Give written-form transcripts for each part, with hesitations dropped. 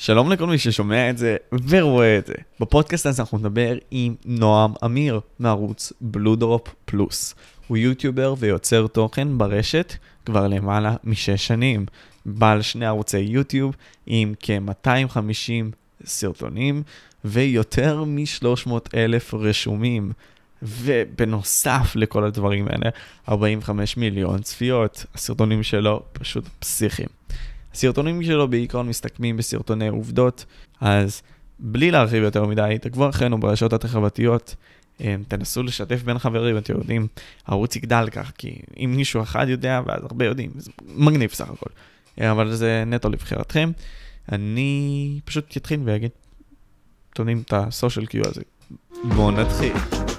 שלום לכל מי ששומע את זה ורואה את זה. בפודקאסט הזה אנחנו נדבר עם נועם אמיר מערוץ בלודרופ פלוס. הוא יוטיובר ויוצר תוכן ברשת כבר למעלה מ6 שנים. בעל 2 ערוצי יוטיוב עם כ-250 סרטונים ויותר מ-300,000 רשומים. ובנוסף לכל הדברים האלה, 45 מיליון צפיות. הסרטונים שלו פשוט פסיכיים. הסרטונים שלו בעיקרון מסתכמים בסרטוני עובדות, אז בלי להרחיב יותר מדי, תעקבו אחרינו ברשתות החברתיות, תנסו לשתף בין חברים, אתם יודעים, הערוץ יגדל כך, כי אם מישהו אחד יודע, ואז הרבה יודעים, זה מגניב סך הכל. אבל זה נטו לבחירתכם. אני פשוט אתחיל ואגיד, אתם יודעים את הסושיאל קיו הזה. בואו נתחיל.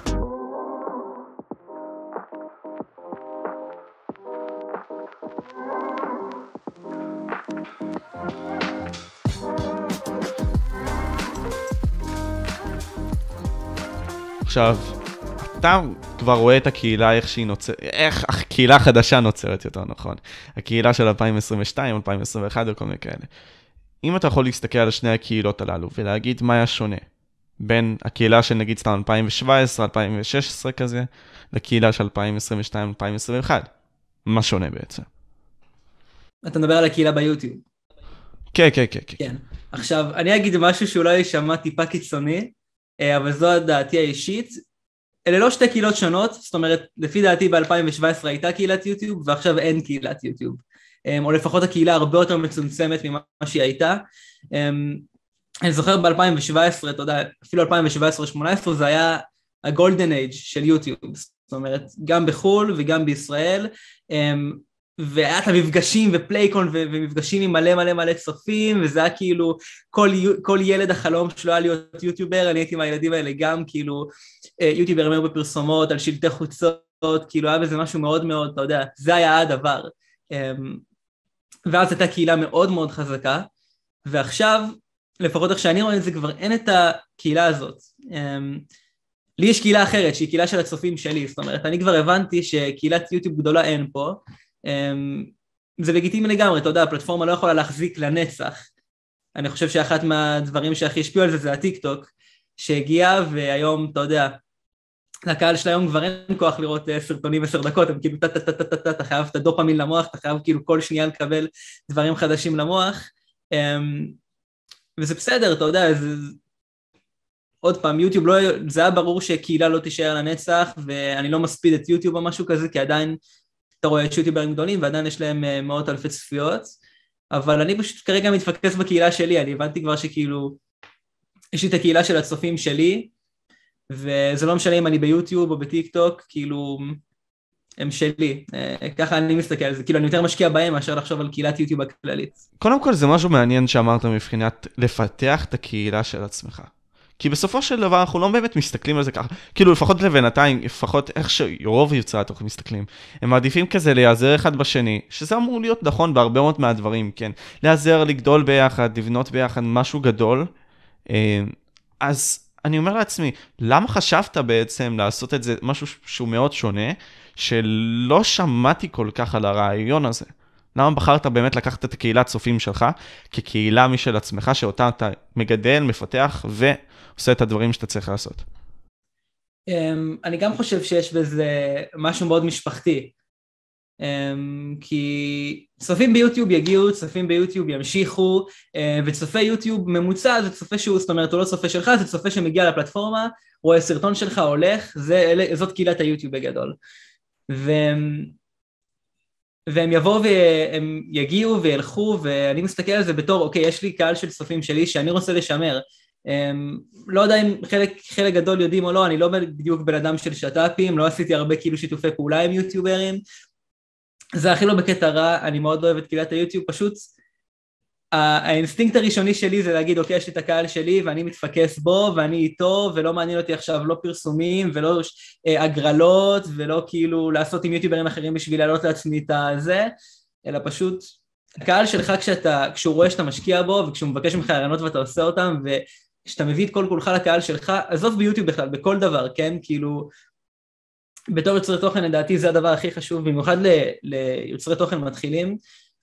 עכשיו, אתה כבר רואה את הקהילה איך הקהילה החדשה נוצרת יותר נכון. הקהילה של 2022, 2021 וכל מיני כאלה. אם אתה יכול להסתכל על שני הקהילות הללו ולהגיד מה היה שונה בין הקהילה של נגיד סתם 2017, 2016 כזה, לקהילה של 2022, 2021, מה שונה בעצם? אתה מדבר על הקהילה ביוטיוב. כן. כן. עכשיו, אני אגיד משהו שאולי יישמע טיפה קיצוני, אבל זו דעתי האישית. אלה לא שתי קהילות שונות, זאת אומרת, לפי דעתי ב-2017 הייתה קהילת יוטיוב, ועכשיו אין קהילת יוטיוב. או לפחות הקהילה הרבה יותר מצומצמת ממה שהיא הייתה. אני זוכר ב-2017, אתה יודע, אפילו 2017-2018, זה היה הגולדן אייג' של יוטיוב. זאת אומרת, גם בחול וגם בישראל, והיה את המפגשים ופלייקון ומפגשים עם מלא צופים, וזה היה כאילו כל ילד החלום שלו היה להיות יוטיובר. אני הייתי עם הילדים האלה גם כאילו יוטיובר אמר בפרסומות על שלטי חוצות, כאילו היה בזה משהו מאוד מאוד, אתה יודע, זה היה הדבר. ואז הייתה קהילה מאוד מאוד חזקה, ועכשיו לפחות איך שאני רואה את זה, כבר אין את הקהילה הזאת. לי יש קהילה אחרת שהיא קהילה של הצופים שלי, זאת אומרת אני כבר הבנתי שקהילת יוטיוב גדולה אין פה. זה לגיטימי לגמרי, אתה יודע, הפלטפורמה לא יכולה להחזיק לנצח. אני חושב שאחת מהדברים שהכי השפיעו על זה הטיק טוק, שהגיע והיום, אתה יודע, לקהל של היום כבר אין כוח לראות סרטונים 10 דקות, הם כאילו אתה חייב את הדופמין למוח, אתה חייב כאילו כל שנייה לקבל דברים חדשים למוח, וזה בסדר, אתה יודע, עוד פעם, יוטיוב לא, זה היה ברור שקהילה לא תישאר לנצח, ואני לא מספיד את יוטיוב או משהו כזה, כי עדיין אתה רואה את יוטיוברים גדולים, ועדיין יש להם מאות אלפי צפיות, אבל אני פשוט כרגע מתפקס בקהילה שלי, אני הבנתי כבר שכאילו, יש לי את הקהילה של הצופים שלי, וזה לא משנה אם אני ביוטיוב או בטיק טוק, כאילו, הם שלי, ככה אני מסתכל על זה, כאילו אני יותר משקיע בהם מאשר לחשוב על קהילת יוטיוב הכללית. קודם כל זה משהו מעניין שאמרת מבחינת לפתח את הקהילה של עצמך. כי בסופו של דבר אנחנו לא באמת מסתכלים על זה ככה, כאילו לפחות לבינתיים, לפחות איך שרוב יוצרי התוכן מסתכלים, הם מעדיפים כזה להיעזר אחד בשני, שזה אמור להיות נכון בהרבה מאוד מהדברים, כן? להיעזר, לגדול ביחד, לבנות ביחד משהו גדול, אז אני אומר לעצמי, למה חשבת בעצם לעשות את זה משהו שהוא מאוד שונה, שלא שמעתי כל כך על הרעיון הזה? למה בחרת באמת לקחת את הקהילת צופים שלך, כקהילה משל עצמך, שאותה אתה מגדל, מפתח ועושה את הדברים שאתה צריך לעשות? אני גם חושב שיש בזה משהו מאוד משפחתי, כי צופים ביוטיוב יגיעו, צופים ביוטיוב ימשיכו, וצופה יוטיוב ממוצע זה צופה שהוא, זאת אומרת הוא לא צופה שלך, זה צופה שמגיע לפלטפורמה, רואה סרטון שלך הולך, זאת קהילת היוטיוב בגדול. והם יבואו והם יגיעו וילכו, ואני מסתכל על זה בתור, אוקיי, יש לי קהל של צופים שלי שאני רוצה לשמר. לא יודע אם חלק גדול יודעים או לא, אני לא בדיוק בן אדם של שטאפים, לא עשיתי הרבה כאילו שיתופי פעולה עם יוטיוברים, זה הכי לא בקטע רע, אני מאוד אוהב את קהילת היוטיוב, פשוט האינסטינקט הראשוני שלי זה להגיד, אוקיי, יש לי את הקהל שלי ואני מתפקס בו ואני איתו, ולא מעניין אותי עכשיו לא פרסומים ולא הגרלות ולא כאילו לעשות עם יוטיוברים אחרים בשביל להעלות לעצמי את זה, אלא פשוט הקהל שלך כשהוא רואה שאתה משקיע בו וכשהוא מבקש ממך הרעיונות ואתה עושה אותם וכשאתה מביא את כל כולך לקהל שלך, עזוב ביוטיוב בכלל, בכל דבר, כן? כאילו בתור יוצרי תוכן לדעתי זה הדבר הכי חשוב, במיוחד ליוצרי תוכן מתחילים,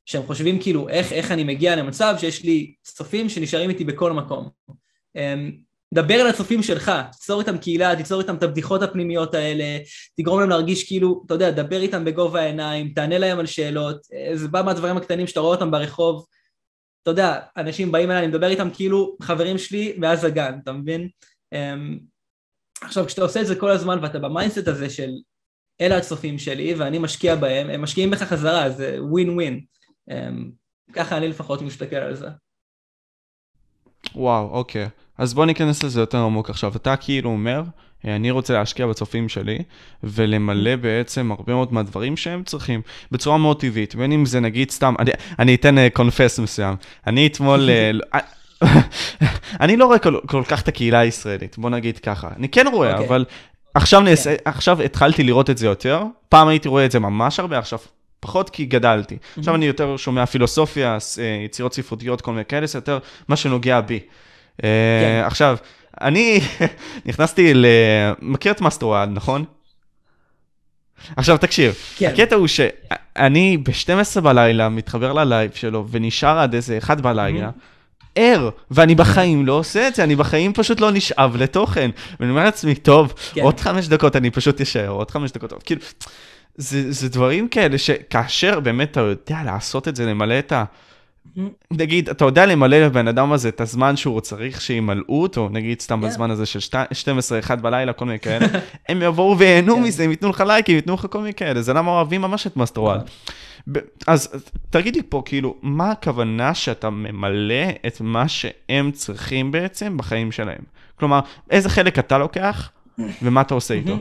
שהם חושבים כאילו איך אני מגיע למצב שיש לי צופים שנשארים איתי בכל מקום. דבר על הצופים שלך, תיצור איתם קהילה, תיצור איתם את הבדיחות הפנימיות האלה, תגרום להם להרגיש כאילו, אתה יודע, דבר איתם בגובה העיניים, תענה להם על שאלות, זה בא מהדברים הקטנים שאתה רואה אותם ברחוב, אתה יודע, אנשים באים אליי, אני מדבר איתם כאילו חברים שלי ואז הגן, אתה מבין? עכשיו, כשאתה עושה את זה כל הזמן ואתה במיינדסט הזה של אלה הצופים שלי ואני משקיע בהם, הם משקיעים בך חזרה, זה ווין ווין. ככה אני לפחות מסתכל על זה. וואו, אוקיי. אז בוא ניכנס לזה יותר עמוק עכשיו. אתה כאילו אומר, אני רוצה להשקיע בצופים שלי, ולמלא בעצם הרבה מאוד מהדברים שהם צריכים, בצורה מאוד טבעית. בין אם זה נגיד סתם, אני אתן קונפס מסוים. אני אתמול, אני לא רואה כל כך את הקהילה הישראלית, בוא נגיד ככה. אני כן רואה, אבל עכשיו התחלתי לראות את זה יותר. פעם הייתי רואה את זה ממש הרבה, עכשיו פחות כי גדלתי. עכשיו אני יותר שומע פילוסופיה, יצירות ספרותיות, כל מיני כאלה, זה יותר מה שנוגע בי. עכשיו, אני נכנסתי מכיר את מאסטרואד, נכון? עכשיו תקשיב, הקטע הוא שאני ב-12 בלילה מתחבר ללייב שלו, ונשאר עד איזה 1 בלילה, ואני בחיים לא עושה את זה, אני בחיים פשוט לא נשאב לתוכן. ואני אומר לעצמי, טוב, עוד 5 דקות אני פשוט אשאר, עוד 5 דקות, כאילו, זה דברים כאלה שכאשר באמת אתה יודע לעשות את זה, למלא את נגיד, אתה יודע למלא לבן אדם הזה את הזמן שהוא צריך שימלאו אותו, נגיד סתם בזמן הזה של 12-1 בלילה, כל מיני כאלה, הם יבואו ויהנו מזה, הם ייתנו לך לייקים, ייתנו לך כל מיני כאלה, זה למה אוהבים ממש את מאסטרואד. אז תגיד לי פה, כאילו, מה הכוונה שאתה ממלא את מה שהם צריכים בעצם בחיים שלהם? כלומר, איזה חלק אתה לוקח, ומה אתה עושה איתו?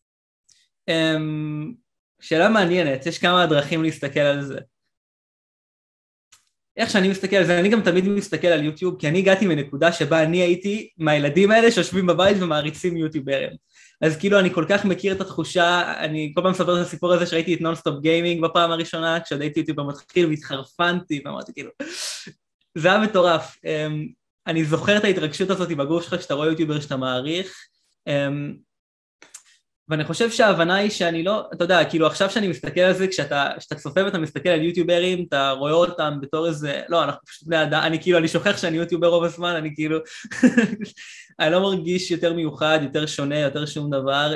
שאלה מעניינת, יש כמה דרכים להסתכל על זה. איך שאני מסתכל על זה, אני גם תמיד מסתכל על יוטיוב, כי אני הגעתי מנקודה שבה אני הייתי מהילדים האלה שיושבים בבית ומעריצים יוטיוברים. אז כאילו אני כל כך מכיר את התחושה, אני כל פעם מספר את הסיפור הזה שראיתי את נונסטופ גיימינג בפעם הראשונה, כשעוד הייתי יוטיובר מתחיל והתחרפנתי, ואמרתי כאילו, זה היה מטורף. אני זוכר את ההתרגשות הזאת בגוף שלך, כשאתה רואה יוטיובר שאתה מעריך, ואני חושב שההבנה היא שאני לא, אתה יודע, כאילו עכשיו שאני מסתכל על זה, כשאתה צופה ואתה מסתכל על יוטיוברים, אתה רואה אותם בתור איזה, לא, אנחנו פשוט אני שוכח שאני יוטיובר רוב הזמן, אני כאילו, אני לא מרגיש יותר מיוחד, יותר שונה, יותר שום דבר,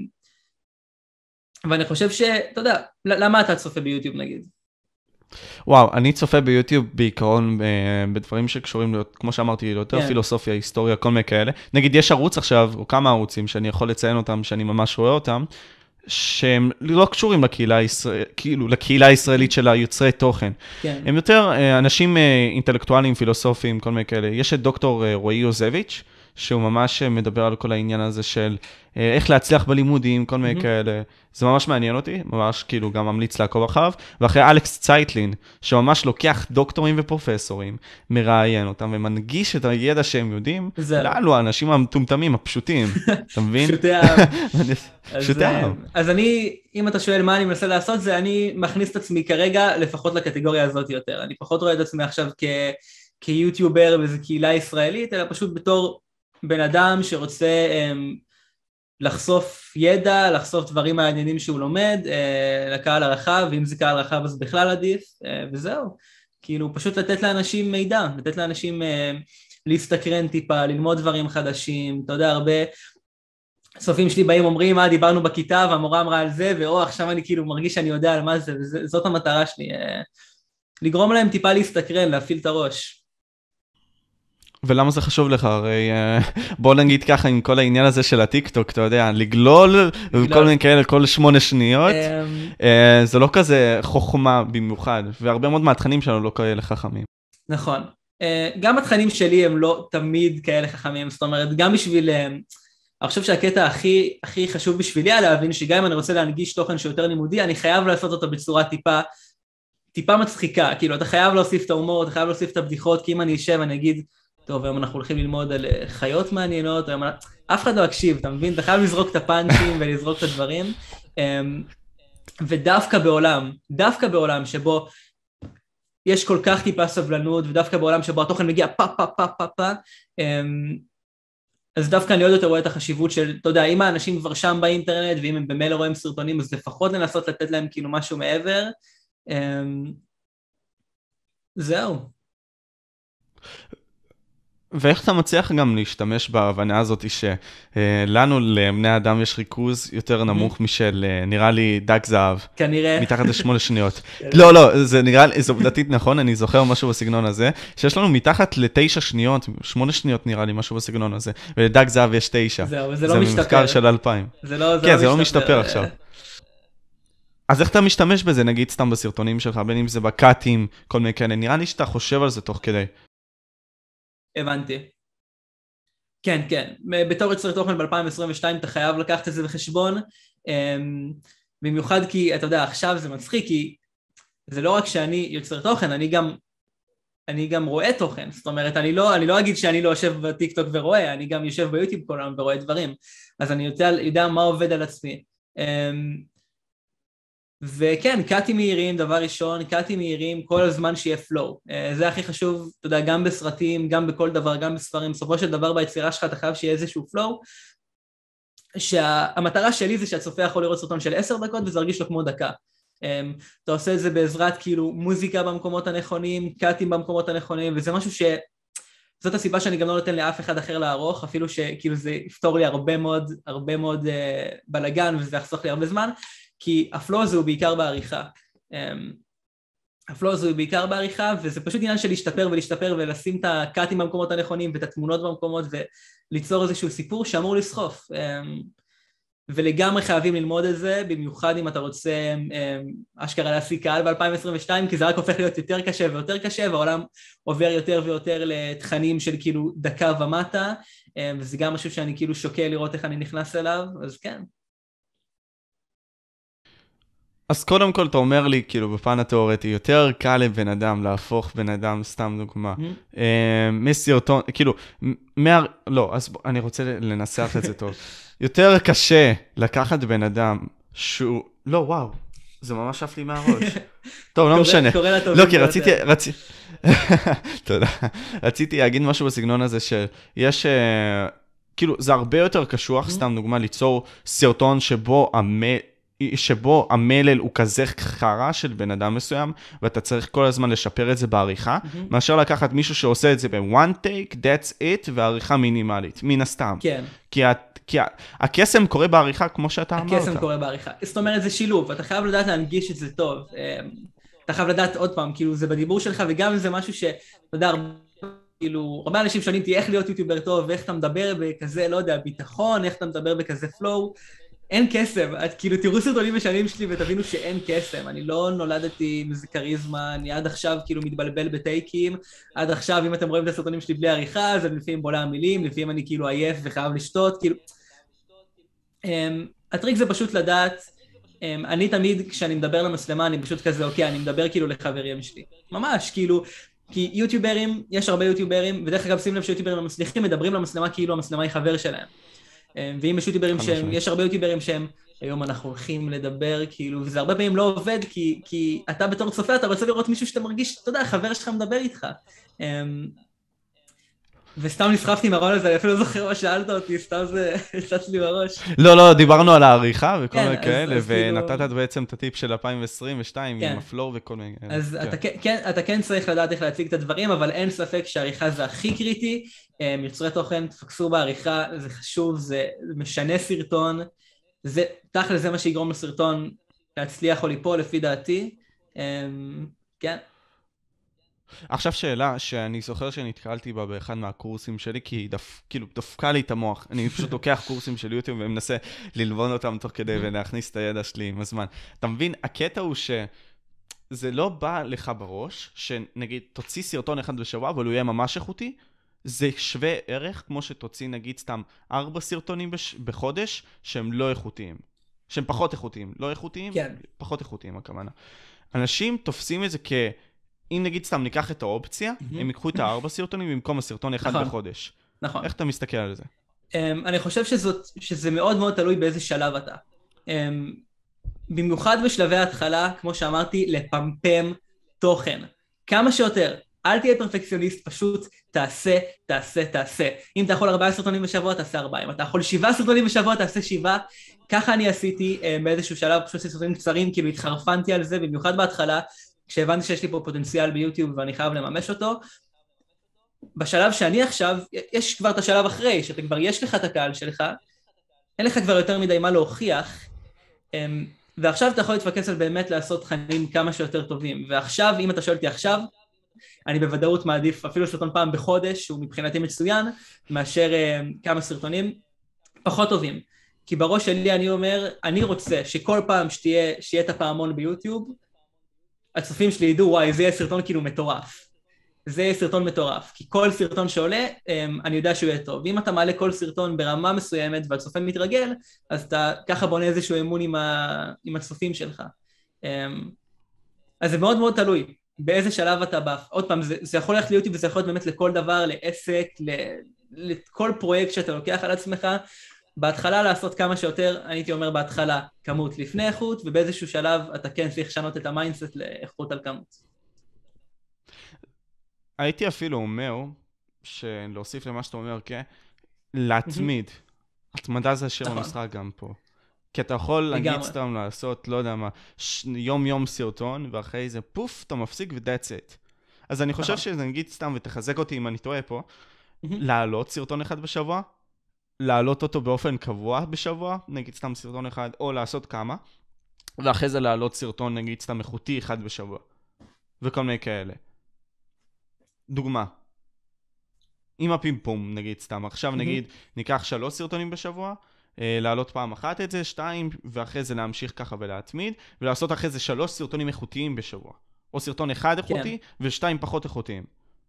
ואני חושב אתה יודע, למה אתה צופה ביוטיוב נגיד? וואו, אני צופה ביוטיוב בעיקרון בדברים שקשורים, כמו שאמרתי, יותר פילוסופיה, היסטוריה, כל מיני כאלה. נגיד, יש ערוץ עכשיו, או כמה ערוצים שאני יכול לציין אותם, שאני ממש רואה אותם, שהם לא קשורים לקהילה הישראלית של היוצרי תוכן. הם יותר אנשים אינטלקטואליים, פילוסופיים, כל מיני כאלה. יש את דוקטור רועי יוזביץ', שהוא ממש מדבר על כל העניין הזה של איך להצליח בלימודים, כל מיני כאלה. זה ממש מעניין אותי, ממש כאילו גם ממליץ לעקוב אחריו. ואחרי אלכס צייטלין, שממש לוקח דוקטורים ופרופסורים, מראיין אותם ומנגיש את הידע שהם יודעים, לאלו האנשים המטומטמים, הפשוטים, אתה מבין? פשוטי העם. אז אני, אם אתה שואל מה אני מנסה לעשות, זה אני מכניס את עצמי כרגע, לפחות לקטגוריה הזאת יותר. אני פחות רואה את עצמי עכשיו כיוטיובר באיזו קהילה ישראלית, אלא פשוט בתור בן אדם שרוצה לחשוף ידע, לחשוף דברים מעניינים שהוא לומד, לקהל הרחב, ואם זה קהל רחב אז בכלל עדיף, וזהו. כאילו פשוט לתת לאנשים מידע, לתת לאנשים להסתקרן טיפה, ללמוד דברים חדשים, אתה יודע, הרבה צופים שלי באים אומרים, דיברנו בכיתה והמורה אמרה על זה, עכשיו אני כאילו מרגיש שאני יודע על מה זה, וזאת המטרה שלי, לגרום להם טיפה להסתקרן, להפעיל את הראש. ולמה זה חשוב לך? הרי בוא נגיד ככה עם כל העניין הזה של הטיקטוק, אתה יודע, לגלול וכל מיני כאלה כל 8 שניות, זה לא כזה חוכמה במיוחד, והרבה מאוד מהתכנים שלנו לא כאלה חכמים. נכון. גם התכנים שלי הם לא תמיד כאלה חכמים, זאת אומרת, גם בשביל, אני חושב שהקטע הכי חשוב בשבילי היה להבין שגם אם אני רוצה להנגיש תוכן שיותר לימודי, אני חייב לעשות אותו בצורה טיפה מצחיקה, כאילו אתה חייב להוסיף את ההומור, אתה חייב להוסיף את הבדיחות, כי אם אני אשב אני אגיד, טוב, היום אנחנו הולכים ללמוד על חיות מעניינות, אף אחד לא יקשיב, אתה מבין? אתה חייב לזרוק את הפאנצ'ים ולזרוק את הדברים, ודווקא בעולם שבו יש כל כך טיפה סבלנות, ודווקא בעולם שבו התוכן מגיע פה, אז דווקא אני עוד יותר רואה את החשיבות של, אתה יודע, אם האנשים כבר שם באינטרנט, ואם הם במילא רואים סרטונים, אז לפחות לנסות לתת להם כאילו משהו מעבר, זהו. ואיך אתה מצליח גם להשתמש בהבנה הזאת שלנו, לבני האדם, יש ריכוז יותר נמוך משל, נראה לי, דג זהב. כנראה. מתחת ל8 שניות. לא, זה נראה לי, זו עובדתית נכון, אני זוכר משהו בסגנון הזה, שיש לנו מתחת ל9 שניות, 8 שניות נראה לי, משהו בסגנון הזה, ולדג זהב יש 9. זהו, זה לא משתפר. זה ממחקר של 2000. כן, זה לא משתפר עכשיו. אז איך אתה משתמש בזה, נגיד סתם בסרטונים שלך, בין אם זה בקאטים, כל מיני כאלה, נראה לי שאתה חושב על זה תוך כדי. הבנתי. כן, כן. בתור יוצר תוכן ב-2022 אתה חייב לקחת את זה בחשבון, במיוחד כי, אתה יודע, עכשיו זה מצחיק, כי זה לא רק שאני יוצר תוכן, אני גם רואה תוכן. זאת אומרת, אני לא אגיד שאני לא יושב בטיקטוק ורואה, אני גם יושב ביוטיוב כל היום ורואה דברים. אז אני יודע מה עובד על עצמי. וכן, קאטים מהירים, דבר ראשון, קאטים מהירים כל הזמן שיהיה פלואו. זה הכי חשוב, אתה יודע, גם בסרטים, גם בכל דבר, גם בספרים. בסופו של דבר ביצירה שלך אתה חייב שיהיה איזשהו פלואו, שהמטרה שלי זה שהצופה יכול לראות סרטון של 10 דקות וזה הרגיש לו כמו דקה. אתה עושה את זה בעזרת כאילו מוזיקה במקומות הנכונים, קאטים במקומות הנכונים, וזה משהו זאת הסיבה שאני גם לא נותן לאף אחד אחר לערוך, אפילו שכאילו זה יפתור לי הרבה מאוד בלגן וזה יחסוך לי הרבה זמן, כי הפלואו הזה הוא בעיקר בעריכה. הפלואו הזה הוא בעיקר בעריכה, וזה פשוט עניין של להשתפר ולשים את הקאטים במקומות הנכונים ואת התמונות במקומות וליצור איזשהו סיפור שאמור לסחוף. ולגמרי חייבים ללמוד את זה, במיוחד אם אתה רוצה אשכרה להשיג קהל ב-2022, כי זה רק הופך להיות יותר קשה ויותר קשה, והעולם עובר יותר ויותר לתכנים של כאילו דקה ומטה, וזה גם משהו שאני כאילו שוקל לראות איך אני נכנס אליו, אז כן. אז קודם כל אתה אומר לי, כאילו בפן התיאורטי, יותר קל לבן אדם להפוך בן אדם, סתם דוגמה, מסרטון, כאילו, לא, אז אני רוצה לנסח את זה טוב. יותר קשה לקחת בן אדם שהוא, לא, וואו, זה ממש אף לי מהראש. טוב, לא משנה. לא, כי תודה. רציתי להגיד משהו בסגנון הזה, שיש, כאילו, זה הרבה יותר קשוח, סתם דוגמה, ליצור סרטון שבו המלל הוא כזה חרה של בן אדם מסוים, ואתה צריך כל הזמן לשפר את זה בעריכה, מאשר לקחת מישהו שעושה את זה ב-one take, that's it, ועריכה מינימלית, מן הסתם. כן. כי הקסם קורה בעריכה כמו שאתה אמרת. הקסם קורה בעריכה. זאת אומרת, זה שילוב, אתה חייב לדעת להנגיש את זה טוב. אתה חייב לדעת עוד פעם, כאילו זה בדיבור שלך, וגם זה משהו שאתה יודע, כאילו, הרבה אנשים שואלים אותי איך להיות יוטיובר טוב, ואיך אתה מדבר בכזה, לא יודע, ביטחון, איך אתה מדבר בכזה פלואו. אין קסם, כאילו תראו סרטונים בשנים שלי ותבינו שאין קסם, אני לא נולדתי עם איזה קריזמה, אני עד עכשיו כאילו מתבלבל בטייקים, עד עכשיו אם אתם רואים את הסרטונים שלי בלי עריכה, אז לפעמים בולה המילים, לפעמים אני כאילו עייף וחייב לשתות, כאילו... הטריק זה פשוט לדעת, אני תמיד כשאני מדבר למצלמה, אני פשוט כזה, אוקיי, אני מדבר כאילו לחברים שלי, ממש, כאילו, כי יוטיוברים, יש הרבה יוטיוברים, ודרך אגב שים לב שיוטיוברים המצליחים מדברים למצלמה כאילו המצלמה היא חבר שלהם. ואם יש יוטיוברים שהם, יש הרבה יוטיוברים שהם, היום אנחנו הולכים לדבר, כאילו, וזה הרבה פעמים לא עובד, כי אתה בתור צופה, אתה רוצה לראות מישהו שאתה מרגיש, אתה יודע, חבר שלך מדבר איתך. וסתם נסחפתי מהרעיון הזה, אני אפילו לא זוכר מה שאלת אותי, סתם זה יצץ לי בראש. לא, דיברנו על העריכה וכל מיני כאלה, ונתת בעצם את הטיפ של 2022 עם הפלואו וכל מיני... אז אתה כן צריך לדעת איך להציג את הדברים, אבל אין ספק שהעריכה זה הכי קריטי. יוצרי תוכן, תפקסו בעריכה, זה חשוב, זה משנה סרטון, תכל'ס זה מה שיגרום לסרטון להצליח או ליפול לפי דעתי. כן. עכשיו שאלה שאני זוכר שנתקלתי בה באחד מהקורסים שלי, כי היא כאילו דפקה לי את המוח. אני פשוט לוקח קורסים של יוטיוב ומנסה ללבון אותם תוך כדי ולהכניס את הידע שלי עם הזמן. אתה מבין, הקטע הוא שזה לא בא לך בראש, שנגיד תוציא סרטון אחד בשבוע, אבל הוא יהיה ממש איכותי, זה שווה ערך כמו שתוציא נגיד סתם 4 סרטונים בחודש שהם לא איכותיים. שהם פחות איכותיים. לא איכותיים, כן. פחות איכותיים הכוונה. אנשים תופסים את זה אם נגיד סתם ניקח את האופציה, הם ייקחו את 4 סרטונים במקום הסרטון אחד בחודש. נכון. איך אתה מסתכל על זה? אני חושב שזה מאוד מאוד תלוי באיזה שלב אתה. במיוחד בשלבי ההתחלה, כמו שאמרתי, לפמפם תוכן. כמה שיותר. אל תהיה פרפקציוניסט, פשוט תעשה. אם אתה יכול 4 סרטונים בשבוע, תעשה 4. אם אתה יכול 7 סרטונים בשבוע, תעשה 7. ככה אני עשיתי באיזשהו שלב, פשוט סרטונים קצרים, כאילו התחרפנתי על זה, במיוחד בהתחלה, כשהבנתי שיש לי פה פוטנציאל ביוטיוב ואני חייב לממש אותו, בשלב שאני עכשיו, יש כבר את השלב אחרי, שאתה כבר יש לך את הקהל שלך, אין לך כבר יותר מדי מה להוכיח, ועכשיו אתה יכול להתפקס על באמת לעשות תכנים כמה שיותר טובים, ועכשיו, אם אתה שואל אותי עכשיו, אני בוודאות מעדיף אפילו סרטון פעם בחודש, שהוא מבחינתי מצוין, מאשר כמה סרטונים פחות טובים. כי בראש שלי אני אומר, אני רוצה שכל פעם שיהיה את הפעמון ביוטיוב, הצופים שלי ידעו, וואי, זה יהיה סרטון כאילו מטורף. זה יהיה סרטון מטורף. כי כל סרטון שעולה, אני יודע שהוא יהיה טוב. ואם אתה מעלה כל סרטון ברמה מסוימת, והצופה מתרגל, אז אתה ככה בונה איזשהו אמון עם הצופים שלך. אז זה מאוד מאוד תלוי. באיזה שלב אתה בא. עוד פעם, זה יכול ללכת ליוטיוב, וזה יכול להיות באמת לכל דבר, לעסק, לכל פרויקט שאתה לוקח על עצמך. בהתחלה לעשות כמה שיותר, הייתי אומר בהתחלה, כמות לפני איכות, ובאיזשהו שלב אתה כן צריך לשנות את המיינדסט לאיכות על כמות. הייתי אפילו אומר, להוסיף למה שאתה אומר, להתמיד. התמדה זה שם המשחק גם פה. כי אתה יכול להגיד סתם לעשות, לא יודע מה, יום סרטון, ואחרי זה פוף, אתה מפסיק ו-that's it. אז אני חושב שזה נגיד סתם, ותחזק אותי אם אני טועה פה, לעלות סרטון אחד בשבוע, לעלות אותו באופן קבוע בשבוע, נגיד סתם סרטון אחד, או לעשות כמה, ואחרי זה לעלות סרטון, נגיד סתם איכותי אחד בשבוע. וכל מיני כאלה. דוגמה. עם הפימפום, נגיד סתם. עכשיו נגיד, ניקח 3 סרטונים בשבוע, לעלות פעם אחת את זה, 2, ואחרי זה להמשיך ככה ולהתמיד, ולעשות אחרי זה 3 סרטונים איכותיים בשבוע. או סרטון אחד איכותי, ו2 פחות איכותיים.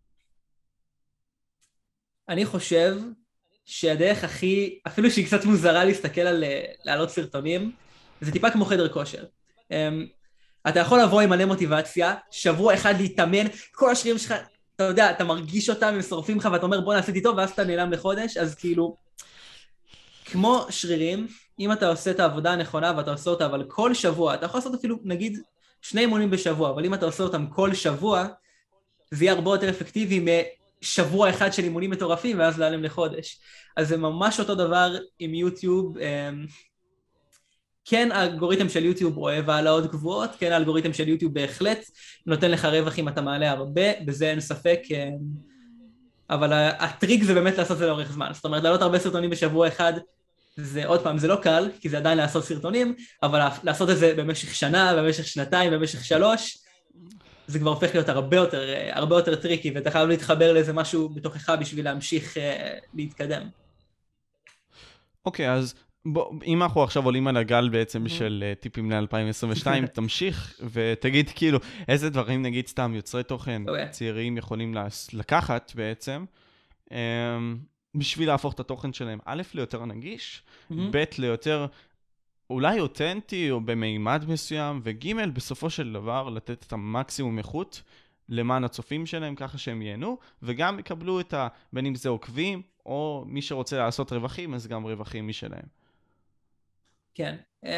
אני חושב שהדרך הכי, אפילו שהיא קצת מוזרה להסתכל על לעלות סרטונים, זה טיפה כמו חדר כושר. אתה יכול לבוא עם מלא מוטיבציה, שבוע אחד להתאמן, כל השרירים שלך, אתה יודע, אתה מרגיש אותם, הם שורפים לך, ואתה אומר בוא נעשיתי טוב, ואז אתה נעלם לחודש, אז כאילו, כמו שרירים, אם אתה עושה את העבודה הנכונה, ואתה עושה אותה, אבל כל שבוע, אתה יכול לעשות אפילו, נגיד, 2 אימונים בשבוע, אבל אם אתה עושה אותם כל שבוע, זה יהיה הרבה יותר אפקטיבי משבוע אחד של אימונים מטורפים, ואז להיעלם לחודש. אז זה ממש אותו דבר עם יוטיוב. כן, האלגוריתם של יוטיוב אוהב העלאות גבוהות, כן, האלגוריתם של יוטיוב בהחלט נותן לך רווח אם אתה מעלה הרבה, בזה אין ספק, אבל הטריק זה באמת לעשות את זה לאורך זמן. זאת אומרת, לעלות הרבה סרטונים בשבוע אחד, זה עוד פעם, זה לא קל, כי זה עדיין לעשות סרטונים, אבל לעשות את זה במשך שנה, במשך 2, במשך 3, זה כבר הופך להיות הרבה יותר טריקי, ואתה חייב להתחבר לאיזה משהו בתוכך בשביל להמשיך להתקדם. אוקיי, אז אם אנחנו עכשיו עולים על הגל בעצם של טיפים ל-2022, תמשיך ותגיד כאילו איזה דברים נגיד סתם יוצרי תוכן צעירים יכולים לקחת בעצם, בשביל להפוך את התוכן שלהם, א', ליותר נגיש, ב', ליותר אולי אותנטי או במימד מסוים, וג', בסופו של דבר לתת את המקסימום איכות למען הצופים שלהם, ככה שהם ייהנו, וגם יקבלו את בין אם זה עוקבים, או מי שרוצה לעשות רווחים, אז גם רווחים משלהם. כן.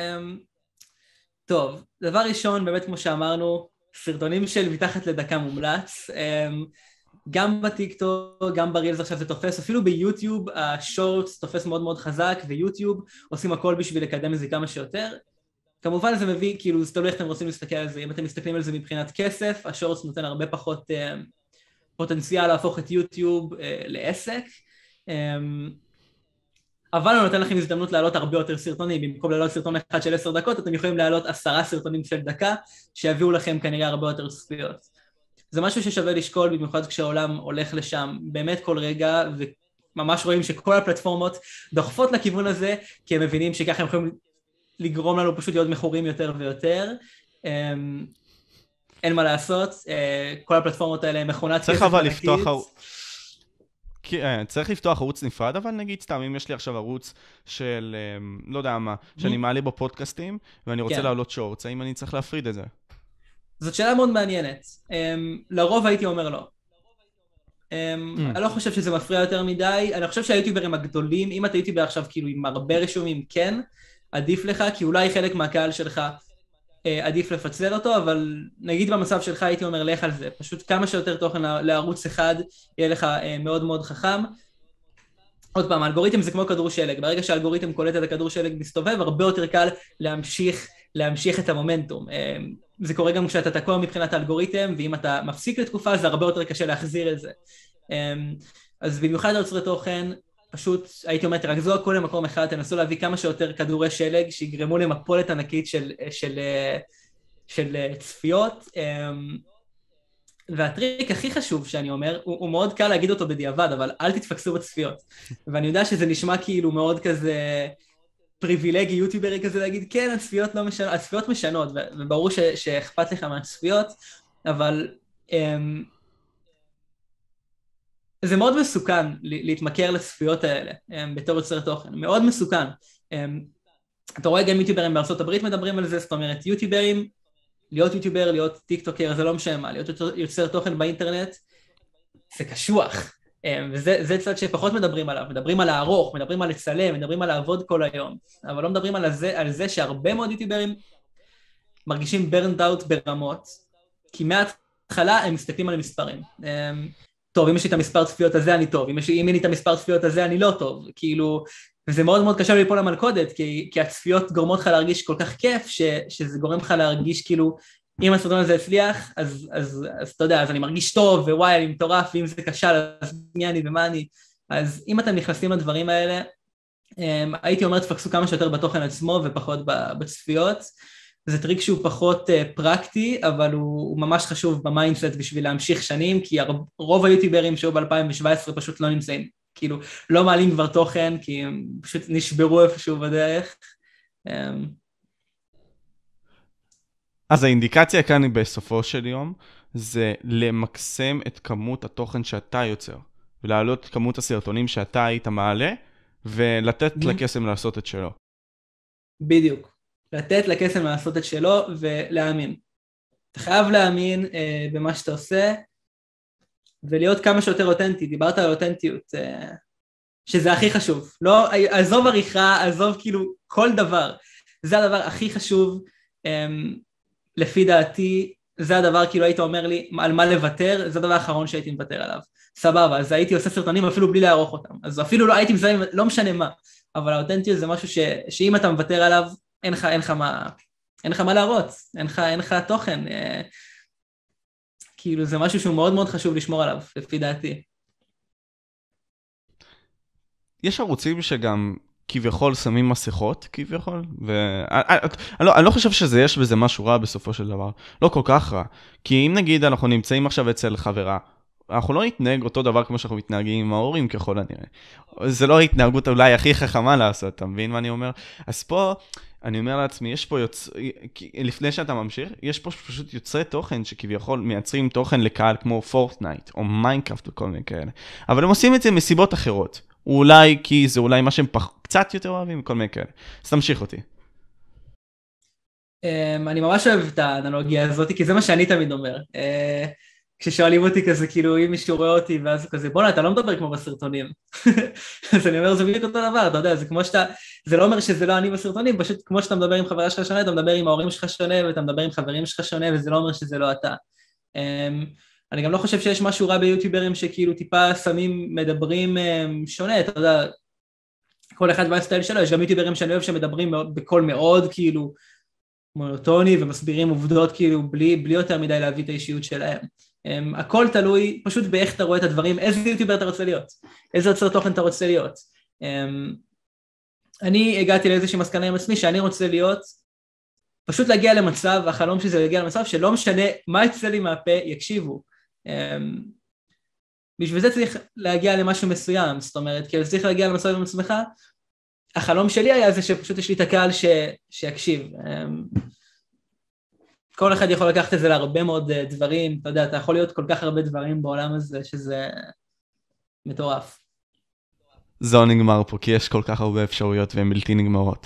טוב, דבר ראשון, באמת כמו שאמרנו, סרטונים של מתחת לדקה מומלץ, גם בטיקטוק, גם ברילס עכשיו זה תופס, אפילו ביוטיוב השורטס תופס מאוד מאוד חזק, ויוטיוב עושים הכל בשביל לקדם את זה כמה שיותר. כמובן זה מביא, כאילו זה תלוי איך אתם רוצים להסתכל על זה, אם אתם מסתכלים על זה מבחינת כסף, השורטס נותן הרבה פחות פוטנציאל להפוך את יוטיוב לעסק, אבל הוא נותן לכם הזדמנות להעלות הרבה יותר סרטונים, במקום להעלות סרטון אחד של 10 דקות, אתם יכולים להעלות 10 סרטונים של דקה, שיביאו לכם כנראה הרבה יותר צפיות. זה משהו ששווה לשקול, במיוחד כשהעולם הולך לשם באמת כל רגע, וממש רואים שכל הפלטפורמות דוחפות לכיוון הזה, כי הם מבינים שככה הם יכולים לגרום לנו פשוט להיות מכורים יותר ויותר. אין מה לעשות, כל הפלטפורמות האלה הם מכונת כסף ענקית. צריך לפתוח ערוץ נפרד, אבל נגיד סתם, אם יש לי עכשיו ערוץ של, לא יודע מה, שאני מעלה בפודקאסטים, ואני רוצה להעלות שורטס, האם אני צריך להפריד את זה? זאת שאלה מאוד מעניינת. לרוב הייתי אומר לא. אני לא חושב שזה מפריע יותר מדי, אני חושב שהיוטיוברים הגדולים, אם אתה יוטיובר עכשיו כאילו עם הרבה רשומים, כן, עדיף לך, כי אולי חלק מהקהל שלך עדיף לפצל אותו, אבל נגיד במצב שלך הייתי אומר לך על זה, פשוט כמה שיותר תוכן לערוץ אחד יהיה לך מאוד מאוד חכם. עוד פעם, האלגוריתם זה כמו כדור שלג, ברגע שהאלגוריתם קולט את הכדור שלג מסתובב, הרבה יותר קל להמשיך את המומנטום. זה קורה גם כשאתה תקוע מבחינת האלגוריתם, ואם אתה מפסיק לתקופה, זה הרבה יותר קשה להחזיר את זה. אז במיוחד ליוצרי תוכן, פשוט הייתי אומר, תרכזו הכל למקום אחד, תנסו להביא כמה שיותר כדורי שלג, שיגרמו למפולת ענקית של צפיות, והטריק הכי חשוב שאני אומר, הוא מאוד קל להגיד אותו בדיעבד, אבל אל תתפקסו בצפיות. ואני יודע שזה נשמע כאילו מאוד כזה פריבילגי, יוטיוברי כזה להגיד, כן, הצפיות משנות, וברור שאכפת לך מהצפיות, אבל זה מאוד מסוכן להתמכר לצפיות האלה, בתור יוצר תוכן, מאוד מסוכן. אתה רואה גם יוטיוברים בארצות הברית מדברים על זה, זאת אומרת, יוטיוברים, להיות יוטיובר, להיות טיקטוקר, זה לא משנה מה, להיות יוצר תוכן באינטרנט, זה קשוח, וזה צד שפחות מדברים עליו, מדברים על הערוך, מדברים על לצלם, מדברים על לעבוד כל היום, אבל לא מדברים על זה שהרבה מאוד יוטיוברים מרגישים burned out ברמות, כי מההתחלה הם מסתכלים על המספרים. טוב, אם יש לי את המספר צפיות הזה, אני טוב, אם אין לי את המספר צפיות הזה, אני לא טוב, כאילו, וזה מאוד מאוד קשה ליפול למלכודת, כי הצפיות גורמות לך להרגיש כל כך כיף, שזה גורם לך להרגיש כאילו, אם הסרטון הזה הצליח, אז אתה יודע, אז אני מרגיש טוב, ווואי, אני מטורף, ואם זה קשה, אז מי אני ומה אני, אז אם אתם נכנסים לדברים האלה, הייתי אומר, תפקסו כמה שיותר בתוכן עצמו, ופחות בצפיות, זה טריק שהוא פחות פרקטי, אבל הוא ממש חשוב במיינדסט בשביל להמשיך שנים, כי רוב היוטיוברים שהיו ב-2017 פשוט לא נמצאים, כאילו לא מעלים כבר תוכן, כי הם פשוט נשברו איפשהו בדרך. אז האינדיקציה כאן היא בסופו של יום, זה למקסם את כמות התוכן שאתה יוצר, ולהעלות את כמות הסרטונים שאתה היית מעלה, ולתת לקסם לעשות את שלו. בדיוק. לתת לקסם לעשות את שלו ולהאמין. אתה חייב להאמין במה שאתה עושה, ולהיות כמה שיותר אותנטי. דיברת על אותנטיות, שזה הכי חשוב. לא, עזוב עריכה, עזוב כאילו כל דבר. זה הדבר הכי חשוב, לפי דעתי, זה הדבר כאילו היית אומר לי על מה לוותר, זה הדבר האחרון שהייתי מוותר עליו. סבבה, אז הייתי עושה סרטונים אפילו בלי לערוך אותם. אז אפילו לא הייתי מזהים, לא משנה מה. אבל האותנטיות זה משהו שאם אתה מוותר עליו, אין לך מה להראות, אין לך תוכן, כאילו זה משהו שהוא מאוד מאוד חשוב לשמור עליו, לפי דעתי. יש ערוצים שגם כביכול שמים מסכות, כביכול, אני לא חושב שזה יש בזה משהו רע בסופו של דבר, לא כל כך רע, כי אם נגיד אנחנו נמצאים עכשיו אצל חברה, אנחנו לא נתנהג אותו דבר כמו שאנחנו מתנהגים עם ההורים ככל הנראה. זה לא התנהגות אולי הכי חכמה לעשות, אתה מבין מה אני אומר? אז פה אני אומר לעצמי, יש פה לפני שאתה ממשיך, יש פה פשוט יוצרי תוכן שכביכול מייצרים תוכן לקהל כמו פורטנייט או מיינקראפט וכל מיני כאלה. אבל הם עושים את זה מסיבות אחרות. אולי כי זה אולי מה שהם קצת יותר אוהבים וכל מיני כאלה. אז תמשיך אותי. אני ממש אוהב את האנלוגיה הזאת, כי זה מה שאני תמיד אומר. כששואלים אותי כזה, כאילו, אם מישהו רואה אותי, ואז כזה, בוא'נה, אתה לא מדבר כמו בסרטונים. אז אני אומר, זה בדיוק אותו דבר, אתה יודע, זה כמו שאתה, זה לא אומר שזה לא אני בסרטונים, פשוט כמו שאתה מדבר עם חברה שלך שונה, אתה מדבר עם ההורים שלך שונה, ואתה מדבר עם חברים שלך שונה, וזה לא אומר שזה לא אתה. אני גם לא חושב שיש משהו רע ביוטיוברים שכאילו טיפה שמים, מדברים שונה, אתה יודע, כל אחד והסטייל שלו, יש גם יוטיוברים שאני אוהב שמדברים בקול מאוד, כאילו, מונוטוני, ומסבירים עובדות, כאילו, בלי יותר מדי להביא את האישיות שלהם. הכל תלוי פשוט באיך אתה רואה את הדברים, איזה יוטיובר אתה רוצה להיות, איזה יוצר תוכן אתה רוצה להיות. אני הגעתי לאיזושהי מסקנה עם עצמי שאני רוצה להיות, פשוט להגיע למצב, החלום שזה להגיע למצב שלא משנה מה יצא לי מהפה, יקשיבו. בשביל זה צריך להגיע למשהו מסוים, זאת אומרת, כי צריך להגיע למצב עם עצמך, החלום שלי היה זה שפשוט יש לי את הקהל שיקשיב. כל אחד יכול לקחת את זה להרבה מאוד דברים, אתה יודע, אתה יכול להיות כל כך הרבה דברים בעולם הזה, שזה מטורף. זה לא נגמר פה, כי יש כל כך הרבה אפשרויות והן בלתי נגמרות.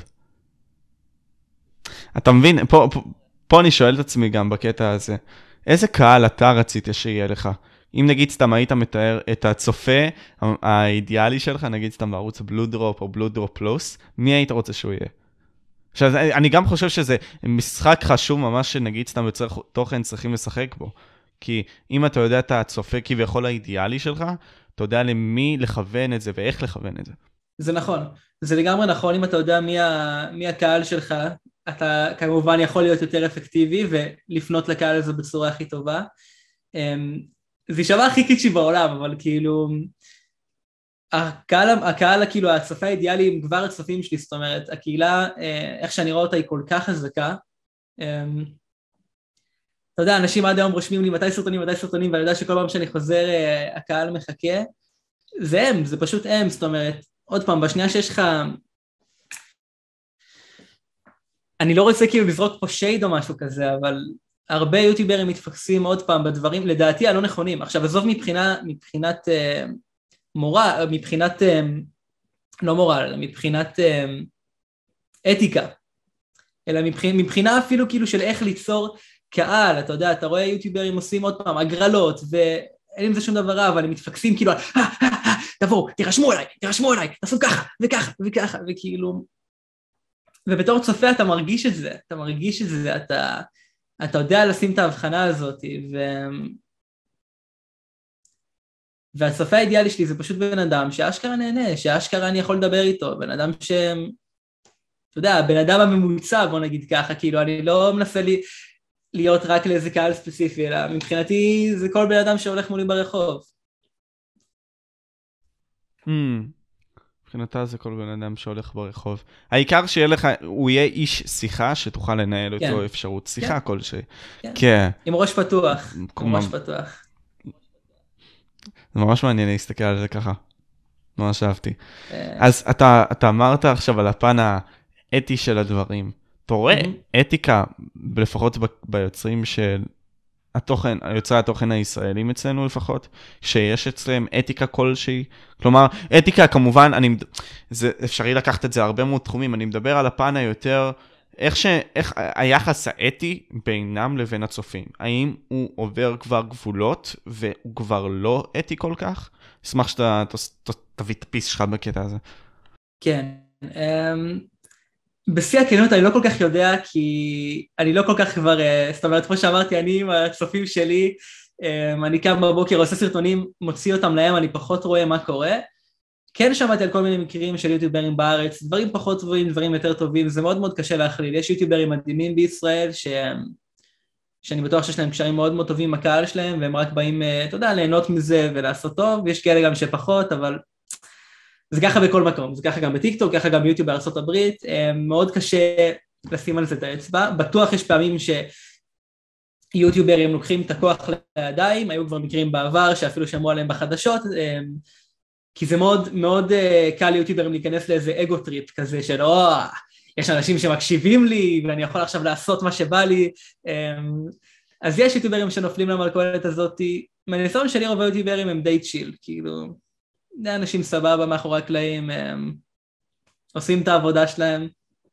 אתה מבין, פה אני שואל את עצמי גם בקטע הזה, איזה קהל אתה רצית שיהיה לך? אם נגיד סתם היית מתאר את הצופה האידיאלי שלך, נגיד סתם בערוץ בלו דרופ או בלו דרופ פלוס, מי היית רוצה שהוא יהיה? עכשיו, אני גם חושב שזה משחק חשוב ממש שנגיד סתם יוצר תוכן צריכים לשחק בו. כי אם אתה יודע את הצופה כביכול האידיאלי שלך, אתה יודע למי לכוון את זה ואיך לכוון את זה. זה נכון. זה לגמרי נכון אם אתה יודע מי הקהל שלך, אתה כמובן יכול להיות יותר אפקטיבי ולפנות לקהל הזה בצורה הכי טובה. זה יישמע הכי קיצ'י בעולם, אבל כאילו, הקהל, כאילו, הצופה האידיאלי הם כבר הצופים שלי, זאת אומרת, הקהילה, איך שאני רואה אותה היא כל כך חזקה. אתה יודע, אנשים עד היום רושמים לי מתי סרטונים, ואני יודע שכל פעם שאני חוזר, הקהל מחכה. זה הם, זה פשוט הם, זאת אומרת, עוד פעם, בשנייה שיש לך, אני לא רוצה כאילו לזרוק פה שייד או משהו כזה, אבל הרבה יוטיוברים מתפקסים עוד פעם בדברים, לדעתי הלא נכונים. עכשיו, עזוב מבחינת מורה, לא מורה, אלא מבחינת אתיקה, אלא מבחינה אפילו כאילו של איך ליצור קהל, אתה יודע, אתה רואה יוטיוברים עושים עוד פעם הגרלות, ואין עם זה שום דבר רע, אבל הם מתפקסים כאילו, תבואו, תירשמו אליי, תעשו ככה וככה וככה, וכאילו, ובתור צופה אתה מרגיש את זה, אתה יודע לשים את ההבחנה הזאת, והצופה האידיאלי שלי זה פשוט בן אדם שאשכרה נהנה, שאשכרה אני יכול לדבר איתו, בן אדם אתה יודע, בן אדם הממוצע, בוא נגיד ככה, כאילו אני לא מנסה להיות רק לאיזה קהל ספציפי, אלא מבחינתי זה כל בן אדם שהולך מולי ברחוב. מבחינתה זה כל בן אדם שהולך ברחוב. העיקר שיהיה לך, הוא יהיה איש שיחה שתוכל לנהל אותו אפשרות שיחה כלשהי. כן. עם ראש פתוח. זה ממש מעניין להסתכל על זה ככה. ממש אהבתי. אז אתה אמרת עכשיו על הפן האתי של הדברים. אתה רואה אתיקה, לפחות ביוצרים של התוכן, יוצרי התוכן הישראלים אצלנו לפחות, שיש אצלם אתיקה כלשהי. כלומר, אתיקה כמובן, זה אפשרי לקחת את זה הרבה מאוד תחומים, אני מדבר על הפן היותר, איך היחס האתי בינם לבין הצופים. האם הוא עובר כבר גבולות, והוא כבר לא אתי כל כך? אשמח שאתה תביא את הפיס שלך בקטע הזה. כן, בשיא הכנות אני לא כל כך יודע, כי אני לא כל כך כבר, זאת אומרת, כמו שאמרתי, אני עם הצופים שלי, אני קם בבוקר, עושה סרטונים, מוציא אותם להם, אני פחות רואה מה קורה. כן שמעתי על כל מיני מקרים של יוטיוברים בארץ, דברים פחות טובים, דברים יותר טובים, זה מאוד מאוד קשה להכליל. יש יוטיוברים מדהימים בישראל, שאני בטוח שיש להם קשרים מאוד מאוד טובים עם הקהל שלהם, והם רק באים, אתה יודע, ליהנות מזה ולעשות טוב, ויש כאלה גם שפחות, אבל זה ככה בכל מקום, זה ככה גם בטיקטוק, ככה גם ביוטיוב בארצות הברית, מאוד קשה לשים על זה את האצבע, בטוח יש פעמים שיוטיוברים לוקחים את הכוח לידיים, היו כבר מקרים בעבר שאפילו שמעו עליהם בחדשות, כי זה מאוד מאוד קל ליוטיוברים להיכנס לאיזה אגו טריפ כזה של יש אנשים שמקשיבים לי ואני יכול עכשיו לעשות מה שבא לי, אז יש יוטיוברים שנופלים למלכודת הזאת, מהניסיון שלי רוב היוטיוברים הם די צ'יל, כאילו, זה אנשים סבבה מאחורי הקלעים, עושים את העבודה שלהם.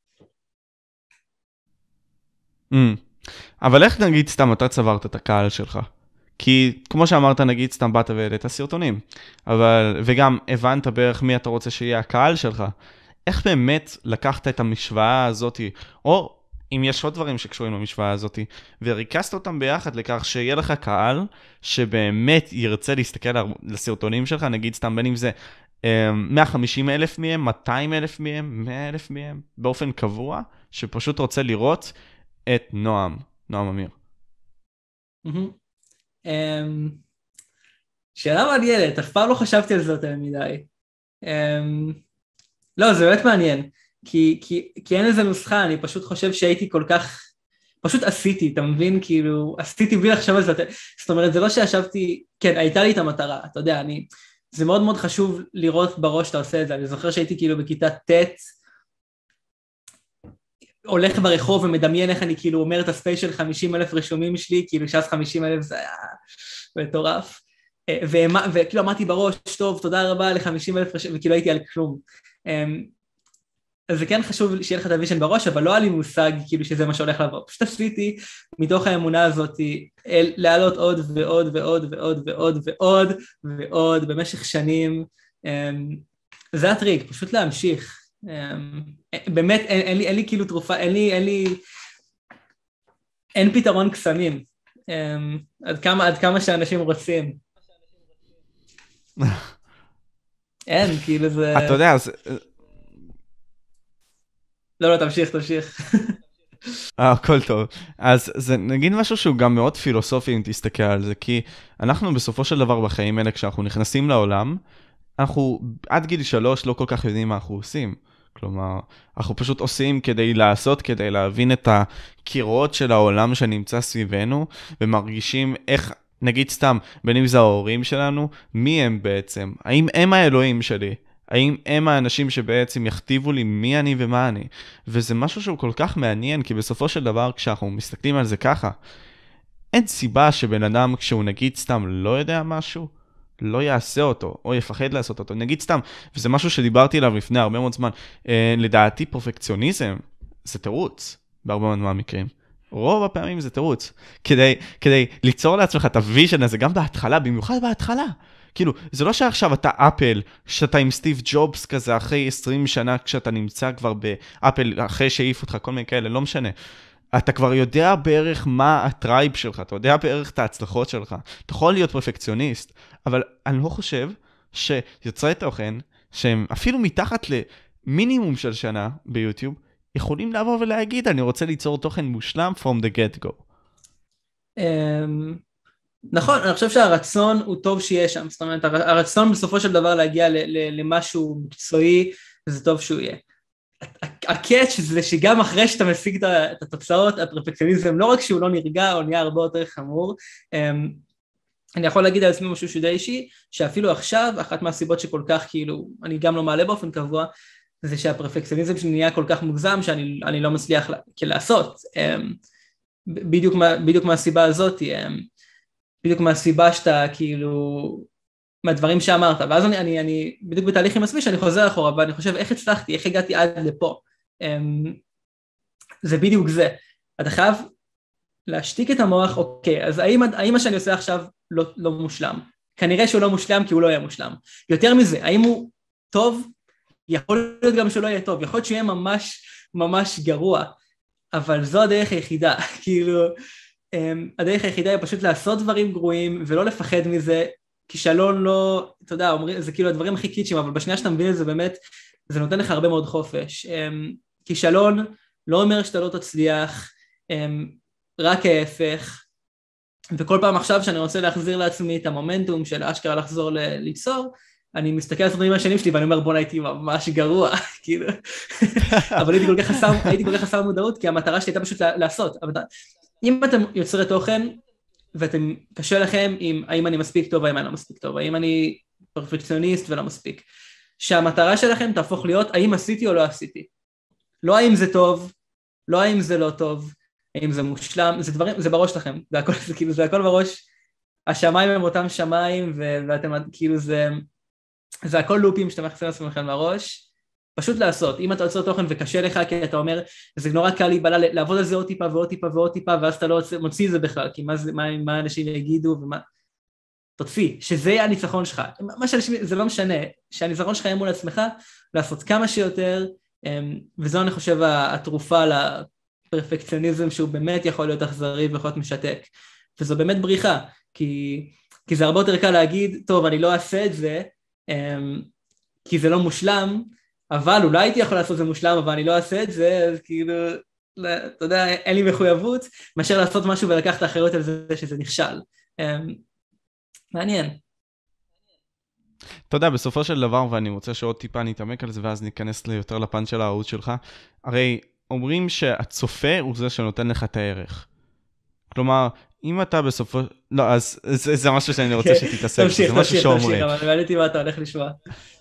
אבל איך נגיד סתם אתה צברת את הקהל שלך? כי כמו שאמרת נגיד סתם באת והעלית סרטונים, וגם הבנת בערך מי אתה רוצה שיהיה הקהל שלך. איך באמת לקחת את המשוואה הזאת, או אם יש עוד דברים שקשורים למשוואה הזאת, וריקסת אותם ביחד לכך שיהיה לך קהל שבאמת ירצה להסתכל לסרטונים שלך, נגיד סתם בין אם זה 150,000 מהם, 200,000 מהם, 100,000 מהם, באופן קבוע, שפשוט רוצה לראות את נועם אמיר. שאלה מעניינת, אף פעם לא חשבתי על זה יותר מדי. לא, זה באמת מעניין, כי אין איזה נוסחה, אני פשוט חושב שהייתי כל כך, פשוט עשיתי, אתה מבין? כאילו, עשיתי בלי לחשוב על זה, זאת אומרת, זה לא שישבתי, כן, הייתה לי את המטרה, אתה יודע, זה מאוד מאוד חשוב לראות בראש שאתה עושה את זה, אני זוכר שהייתי כאילו בכיתה ט', הולך ברחוב ומדמיין איך אני כאילו אומר את הספיישל 50,000 רשומים שלי, כאילו שאז 50,000 זה היה מטורף, וכאילו אמרתי בראש, טוב, תודה רבה ל50,000 רשומים, וכאילו הייתי על כלום. אז זה כן חשוב שיהיה לך את הוויז'ן בראש, אבל לא היה לי מושג כאילו שזה מה שהולך לבוא. פשוט עשיתי מתוך האמונה הזאת לעלות עוד ועוד ועוד ועוד ועוד ועוד ועוד במשך שנים. זה הטריק, פשוט להמשיך. באמת אין לי כאילו תרופה, אין פתרון קסמים. עד כמה שאנשים רוצים. אין, כאילו זה... אתה יודע, לא, תמשיך. הכל טוב. אז זה נגיד משהו שהוא גם מאוד פילוסופי אם תסתכל על זה, כי אנחנו בסופו של דבר בחיים האלה, כשאנחנו נכנסים לעולם, אנחנו עד גיל 3 לא כל כך יודעים מה אנחנו עושים. כלומר, אנחנו פשוט עושים כדי לעשות, כדי להבין את הקירות של העולם שנמצא סביבנו, ומרגישים איך, נגיד סתם, בין אם זה ההורים שלנו, מי הם בעצם? האם הם האלוהים שלי? האם הם האנשים שבעצם יכתיבו לי מי אני ומה אני? וזה משהו שהוא כל כך מעניין, כי בסופו של דבר, כשאנחנו מסתכלים על זה ככה, אין סיבה שבן אדם, כשהוא נגיד סתם לא יודע משהו, לא יעשה אותו, או יפחד לעשות אותו. נגיד סתם, וזה משהו שדיברתי עליו לפני הרבה מאוד זמן, לדעתי פרפקציוניזם זה תירוץ, בהרבה מאוד מהמקרים. רוב הפעמים זה תירוץ. כדי ליצור לעצמך את הוויז'ן הזה, גם בהתחלה, במיוחד בהתחלה. כאילו, זה לא שעכשיו אתה אפל, שאתה עם סטיב ג'ובס כזה, אחרי 20 שנה, כשאתה נמצא כבר באפל, אחרי שהעיף אותך, כל מיני כאלה, לא משנה. אתה כבר יודע בערך מה הטרייב שלך, אתה יודע בערך את ההצלחות שלך. אתה יכול להיות פרפקציוניסט, אבל אני לא חושב שיוצרי תוכן, שהם אפילו מתחת למינימום של שנה ביוטיוב, יכולים לבוא ולהגיד, אני רוצה ליצור תוכן מושלם from the get go. נכון, אני חושב שהרצון הוא טוב שיהיה שם, זאת אומרת, הרצון בסופו של דבר להגיע למשהו מקצועי, זה טוב שהוא יהיה. הקאץ' זה שגם אחרי שאתה משיג את התוצאות, הפרפקציוניזם, לא רק שהוא לא נרגע, או נהיה הרבה יותר חמור, אני יכול להגיד על עצמי משהו שדי אישי, שאפילו עכשיו, אחת מהסיבות שכל כך כאילו, אני גם לא מעלה באופן קבוע, זה שהפרפקציוניזם שלי נהיה כל כך מוגזם, שאני לא מצליח לעשות. בדיוק מהסיבה הזאת, בדיוק מהסיבה שאתה כאילו, מהדברים שאמרת, ואז אני בדיוק בתהליך עם עצמי שאני חוזר אחורה, ואני חושב איך הצלחתי, איך הגעתי עד לפה. זה בדיוק זה. אתה חייב להשתיק את המוח, אוקיי, אז האם מה שאני עושה עכשיו לא מושלם? כנראה שהוא לא מושלם כי הוא לא יהיה מושלם. יותר מזה, האם הוא טוב? יכול להיות גם שהוא לא יהיה טוב, יכול להיות שהוא יהיה ממש ממש גרוע, אבל זו הדרך היחידה, כאילו, הדרך היחידה היא פשוט לעשות דברים גרועים ולא לפחד מזה, כישלון לא, אתה יודע, זה כאילו הדברים הכי קיצ'ים, אבל בשנייה שאתה מבין את זה באמת, זה נותן לך הרבה מאוד חופש. כישלון לא אומר שאתה לא תצליח, רק ההפך, וכל פעם עכשיו שאני רוצה להחזיר לעצמי את המומנטום של אשכרה לחזור ליצור, אני מסתכל על הסרטונים השנים שלי ואני אומר בוא הייתי ממש גרוע, כאילו, אבל הייתי כל כך חסר מודעות, כי המטרה שלי הייתה פשוט לעשות. אם אתם יוצרי תוכן, ואתם קשה לכם עם האם אני מספיק טוב, האם אני לא מספיק טוב, האם אני פרפקציוניסט ולא מספיק, שהמטרה שלכם תהפוך להיות האם עשיתי או לא עשיתי. לא האם זה טוב, לא האם זה לא טוב, האם זה מושלם, זה דברים, זה בראש לכם, זה הכל בראש, השמיים הם אותם שמיים, ואתם כאילו זה הכל לופים שאתם מכניסים לעצמכם לראש, פשוט לעשות. אם אתה יוצר תוכן וקשה לך, כי אתה אומר, זה נורא קל להיבלה, לעבוד על זה עוד טיפה ועוד טיפה ועוד טיפה, ואז אתה לא מוציא את זה בכלל, כי מה אנשים יגידו, ומה... תוציא, שזה יהיה הניצחון שלך. מה שאנשים, זה לא משנה, שהניצחון שלך יהיה מול עצמך, לעשות כמה שיותר, וזו אני חושב התרופה לפרפקציוניזם, שהוא באמת יכול להיות אכזרי ויכול להיות משתק. וזו באמת בריחה, כי זה הרבה יותר קל להגיד, טוב, אני לא אעשה את זה, כי זה לא מושלם, אבל אולי הייתי יכול לעשות זה מושלם, אבל אני לא אעשה את זה, אז כאילו, אתה יודע, אין לי מחויבות, מאשר לעשות משהו ולקח את האחריות על זה שזה נכשל. מעניין. אתה יודע, בסופו של דבר, ואני רוצה שעוד טיפה נתעמק על זה, ואז ניכנס יותר לפן של הערוץ שלך, הרי אומרים שהצופה הוא זה שנותן לך את הערך. כלומר, אם אתה בסופו... לא, אז זה משהו שאני רוצה שתתעסק. תמשיך, אבל מעליתי מה אתה הולך לשמוע.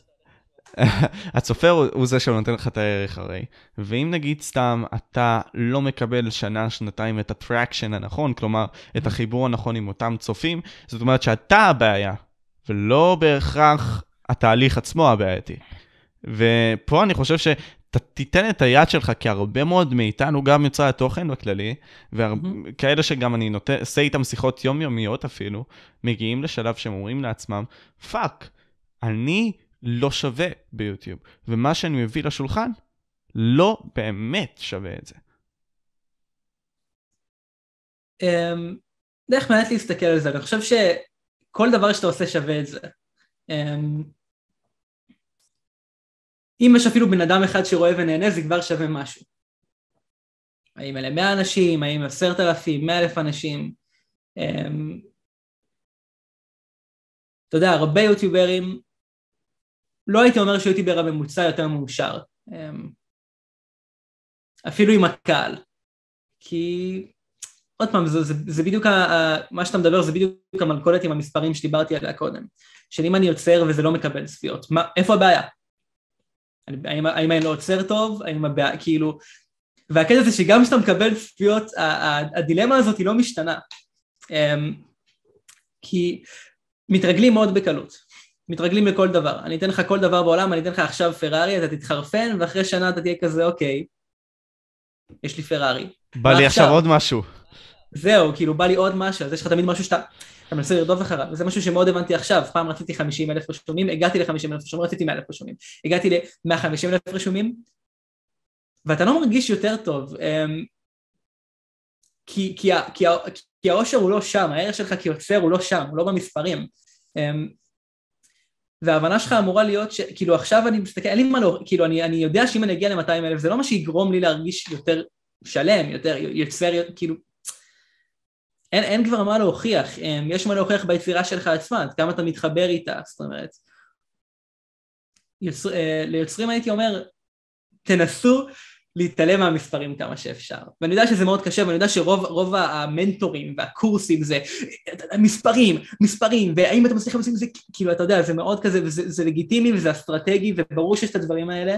הצופר הוא זה שנותן לך את הערך הרי, ואם נגיד סתם אתה לא מקבל שנה, שנתיים את הטרקשן הנכון, כלומר את החיבור הנכון עם אותם צופים, זאת אומרת שאתה הבעיה, ולא בהכרח התהליך עצמו הבעייתי. ופה אני חושב שתיתן את היד שלך, כי הרבה מאוד מאיתנו גם יוצא התוכן בכללי, וכאלה שגם אני עושה איתם שיחות יומיומיות אפילו, מגיעים לשלב שהם אומרים לעצמם, פאק, אני לא שווה ביוטיוב, ומה שאני מביא לשולחן לא באמת שווה את זה. דרך מעט להסתכל על זה, אני חושב שכל דבר שאתה עושה שווה את זה. אם יש אפילו בן אדם אחד שרואה ונהנה, זה כבר שווה משהו. האם אלה 100 אנשים, האם 10,000, 100,000 אנשים. אתה יודע, הרבה יוטיוברים, לא הייתי אומר שיוטיובר הממוצע יותר מאושר, אפילו עם הקהל, כי עוד פעם, זה בדיוק, מה שאתה מדבר זה בדיוק המלכודת עם המספרים שדיברתי עליה קודם, שאם אני יוצר וזה לא מקבל צפיות, איפה הבעיה? האם אני לא יוצר טוב? האם הבעיה, כאילו, והקטע זה שגם כשאתה מקבל צפיות, הדילמה הזאת היא לא משתנה, כי מתרגלים מאוד בקלות, מתרגלים לכל דבר, אני אתן לך כל דבר בעולם, אני אתן לך עכשיו פרארי, אתה תתחרפן, ואחרי שנה אתה תהיה כזה, אוקיי, יש לי פרארי. בא לי עכשיו עוד משהו. זהו, כאילו בא לי עוד משהו, אז יש לך תמיד משהו שאתה מנסה לרדוף אחריו, וזה משהו שמאוד הבנתי עכשיו, פעם רציתי 50,000 רשומים, הגעתי ל-50,000 רשומים, רציתי 100,000 רשומים, הגעתי ל-150,000 רשומים, ואתה לא מרגיש יותר טוב, כי האושר הוא לא שם, הערך שלך כיוצר הוא לא שם, הוא לא במספרים, וההבנה שלך אמורה להיות שכאילו עכשיו אני מסתכל, אין לי מה לא, כאילו אני יודע שאם אני אגיע ל-200,000, זה לא מה שיגרום לי להרגיש יותר שלם, יותר יוצר, כאילו, אין כבר מה להוכיח, יש מה להוכיח ביצירה שלך עצמה, כמה אתה מתחבר איתה, זאת אומרת, ליוצרים הייתי אומר, תנסו להתעלם מהמספרים כמה שאפשר, ואני יודע שזה מאוד קשה, ואני יודע שרוב המנטורים והקורסים זה מספרים, והאם אתה מצליח לעשות את זה, כאילו אתה יודע, זה מאוד כזה, וזה לגיטימי וזה אסטרטגי, וברור שיש את הדברים האלה,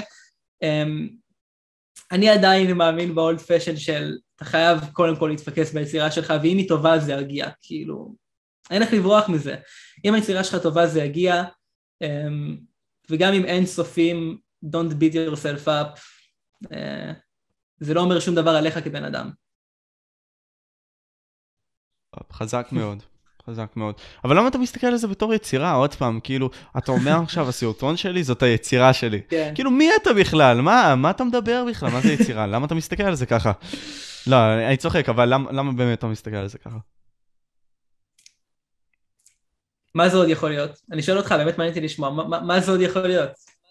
אני עדיין מאמין באולד פשן של, אתה חייב קודם כל להתפקס ביצירה שלך, ואם היא טובה זה יגיע, כאילו, אין איך לברוח מזה, אם היצירה שלך טובה זה יגיע, וגם אם אין סופים, don't beat yourself up, זה לא אומר שום דבר עליך כבן אדם. חזק מאוד, חזק מאוד. אבל למה אתה מסתכל על זה בתור יצירה? עוד פעם, כאילו, אתה אומר עכשיו, הסרטון שלי זאת היצירה שלי. כאילו, מי אתה בכלל? מה אתה מדבר בכלל? מה זה יצירה? למה אתה מסתכל על זה ככה? לא, אני צוחק, אבל למה באמת אתה מסתכל על זה ככה? מה זה עוד יכול להיות? אני שואל אותך, באמת מעניין אותי לשמוע, מה זה עוד יכול להיות?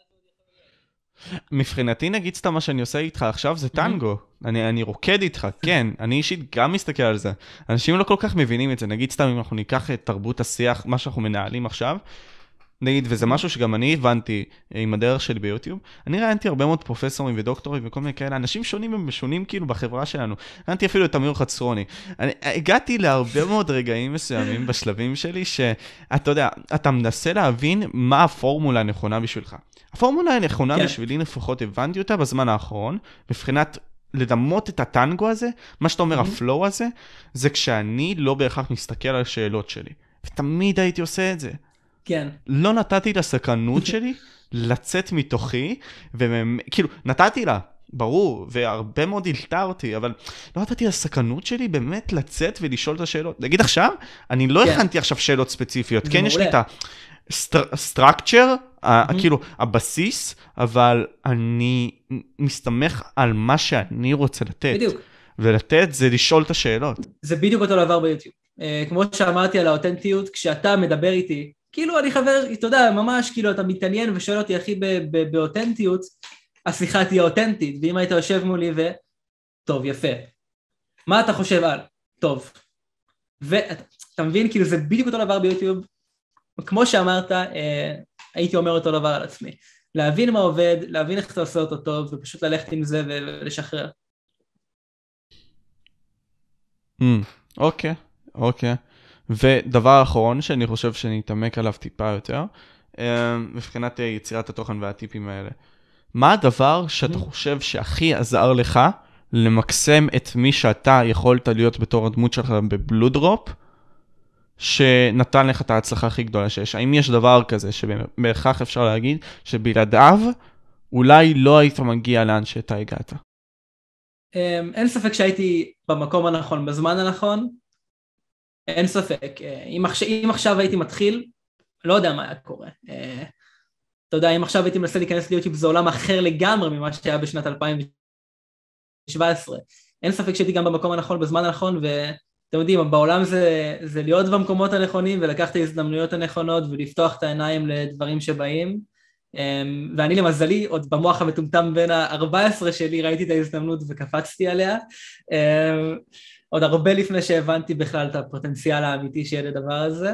מבחינתי נגיד סתם מה שאני עושה איתך עכשיו זה טנגו, אני רוקד איתך, כן, אני אישית גם מסתכל על זה, אנשים לא כל כך מבינים את זה, נגיד סתם אם אנחנו ניקח את תרבות השיח, מה שאנחנו מנהלים עכשיו, נגיד, וזה משהו שגם אני הבנתי עם הדרך שלי ביוטיוב, אני ראיינתי הרבה מאוד פרופסורים ודוקטורים וכל מיני כאלה, אנשים שונים ומשונים כאילו בחברה שלנו, ראיינתי אפילו את אמיר חצרוני, הגעתי להרבה מאוד רגעים מסוימים בשלבים שלי, שאתה יודע, אתה מנסה להבין מה הפורמולה הנכונה בשבילך. הפורמולה הנכונה בשבילי לפחות הבנתי אותה בזמן האחרון, מבחינת לדמות את הטנגו הזה, מה שאתה אומר הפלואו הזה, זה כשאני לא בהכרח מסתכל על השאלות שלי, ותמיד הייתי עושה את זה. כן. לא נתתי לסקרנות שלי לצאת מתוכי, וכאילו, נתתי לה, ברור, והרבה מאוד הלתה אותי, אבל לא נתתי לסקרנות שלי באמת לצאת ולשאול את השאלות. נגיד עכשיו, אני לא הכנתי עכשיו שאלות ספציפיות, כן, יש לי את הסטרקצ'ר, כאילו, הבסיס, אבל אני מסתמך על מה שאני רוצה לתת. בדיוק. ולתת זה לשאול את השאלות. זה בדיוק אותו דבר ביוטיוב. כמו שאמרתי על האותנטיות, כשאתה מדבר איתי, כאילו אני חבר, אתה יודע, ממש כאילו אתה מתעניין ושואל אותי הכי באותנטיות, השיחה תהיה אותנטית, ואם היית יושב מולי טוב, יפה. מה אתה חושב על? טוב. ואתה מבין, כאילו זה בדיוק אותו דבר ביוטיוב, כמו שאמרת, הייתי אומר אותו דבר על עצמי. להבין מה עובד, להבין איך אתה עושה אותו טוב, ופשוט ללכת עם זה ולשחרר. אוקיי, אוקיי. ודבר אחרון שאני חושב שאני אתעמק עליו טיפה יותר, מבחינת יצירת התוכן והטיפים האלה. מה הדבר שאתה חושב שהכי עזר לך למקסם את מי שאתה יכולת להיות בתור הדמות שלך בבלודרופ, שנתן לך את ההצלחה הכי גדולה שיש? האם יש דבר כזה שבהכרח אפשר להגיד שבלעדיו אולי לא היית מגיע לאן שאתה הגעת? אין ספק שהייתי במקום הנכון, בזמן הנכון, אין ספק. אם עכשיו הייתי מתחיל, לא יודע מה היה קורה. אתה יודע, אם עכשיו הייתי מנסה להיכנס ליוטיוב, זה עולם אחר לגמרי ממה שהיה בשנת 2017. אין ספק שהייתי גם במקום הנכון, בזמן הנכון, ואתם יודעים, בעולם זה להיות במקומות הנכונים, ולקח את ההזדמנויות הנכונות, ולפתוח את העיניים לדברים שבאים. ואני למזלי, עוד במוח המטומטם בין ה-14 שלי, ראיתי את ההזדמנות וקפצתי עליה, עוד הרבה לפני שהבנתי בכלל את הפוטנציאל האמיתי שיהיה לדבר הזה,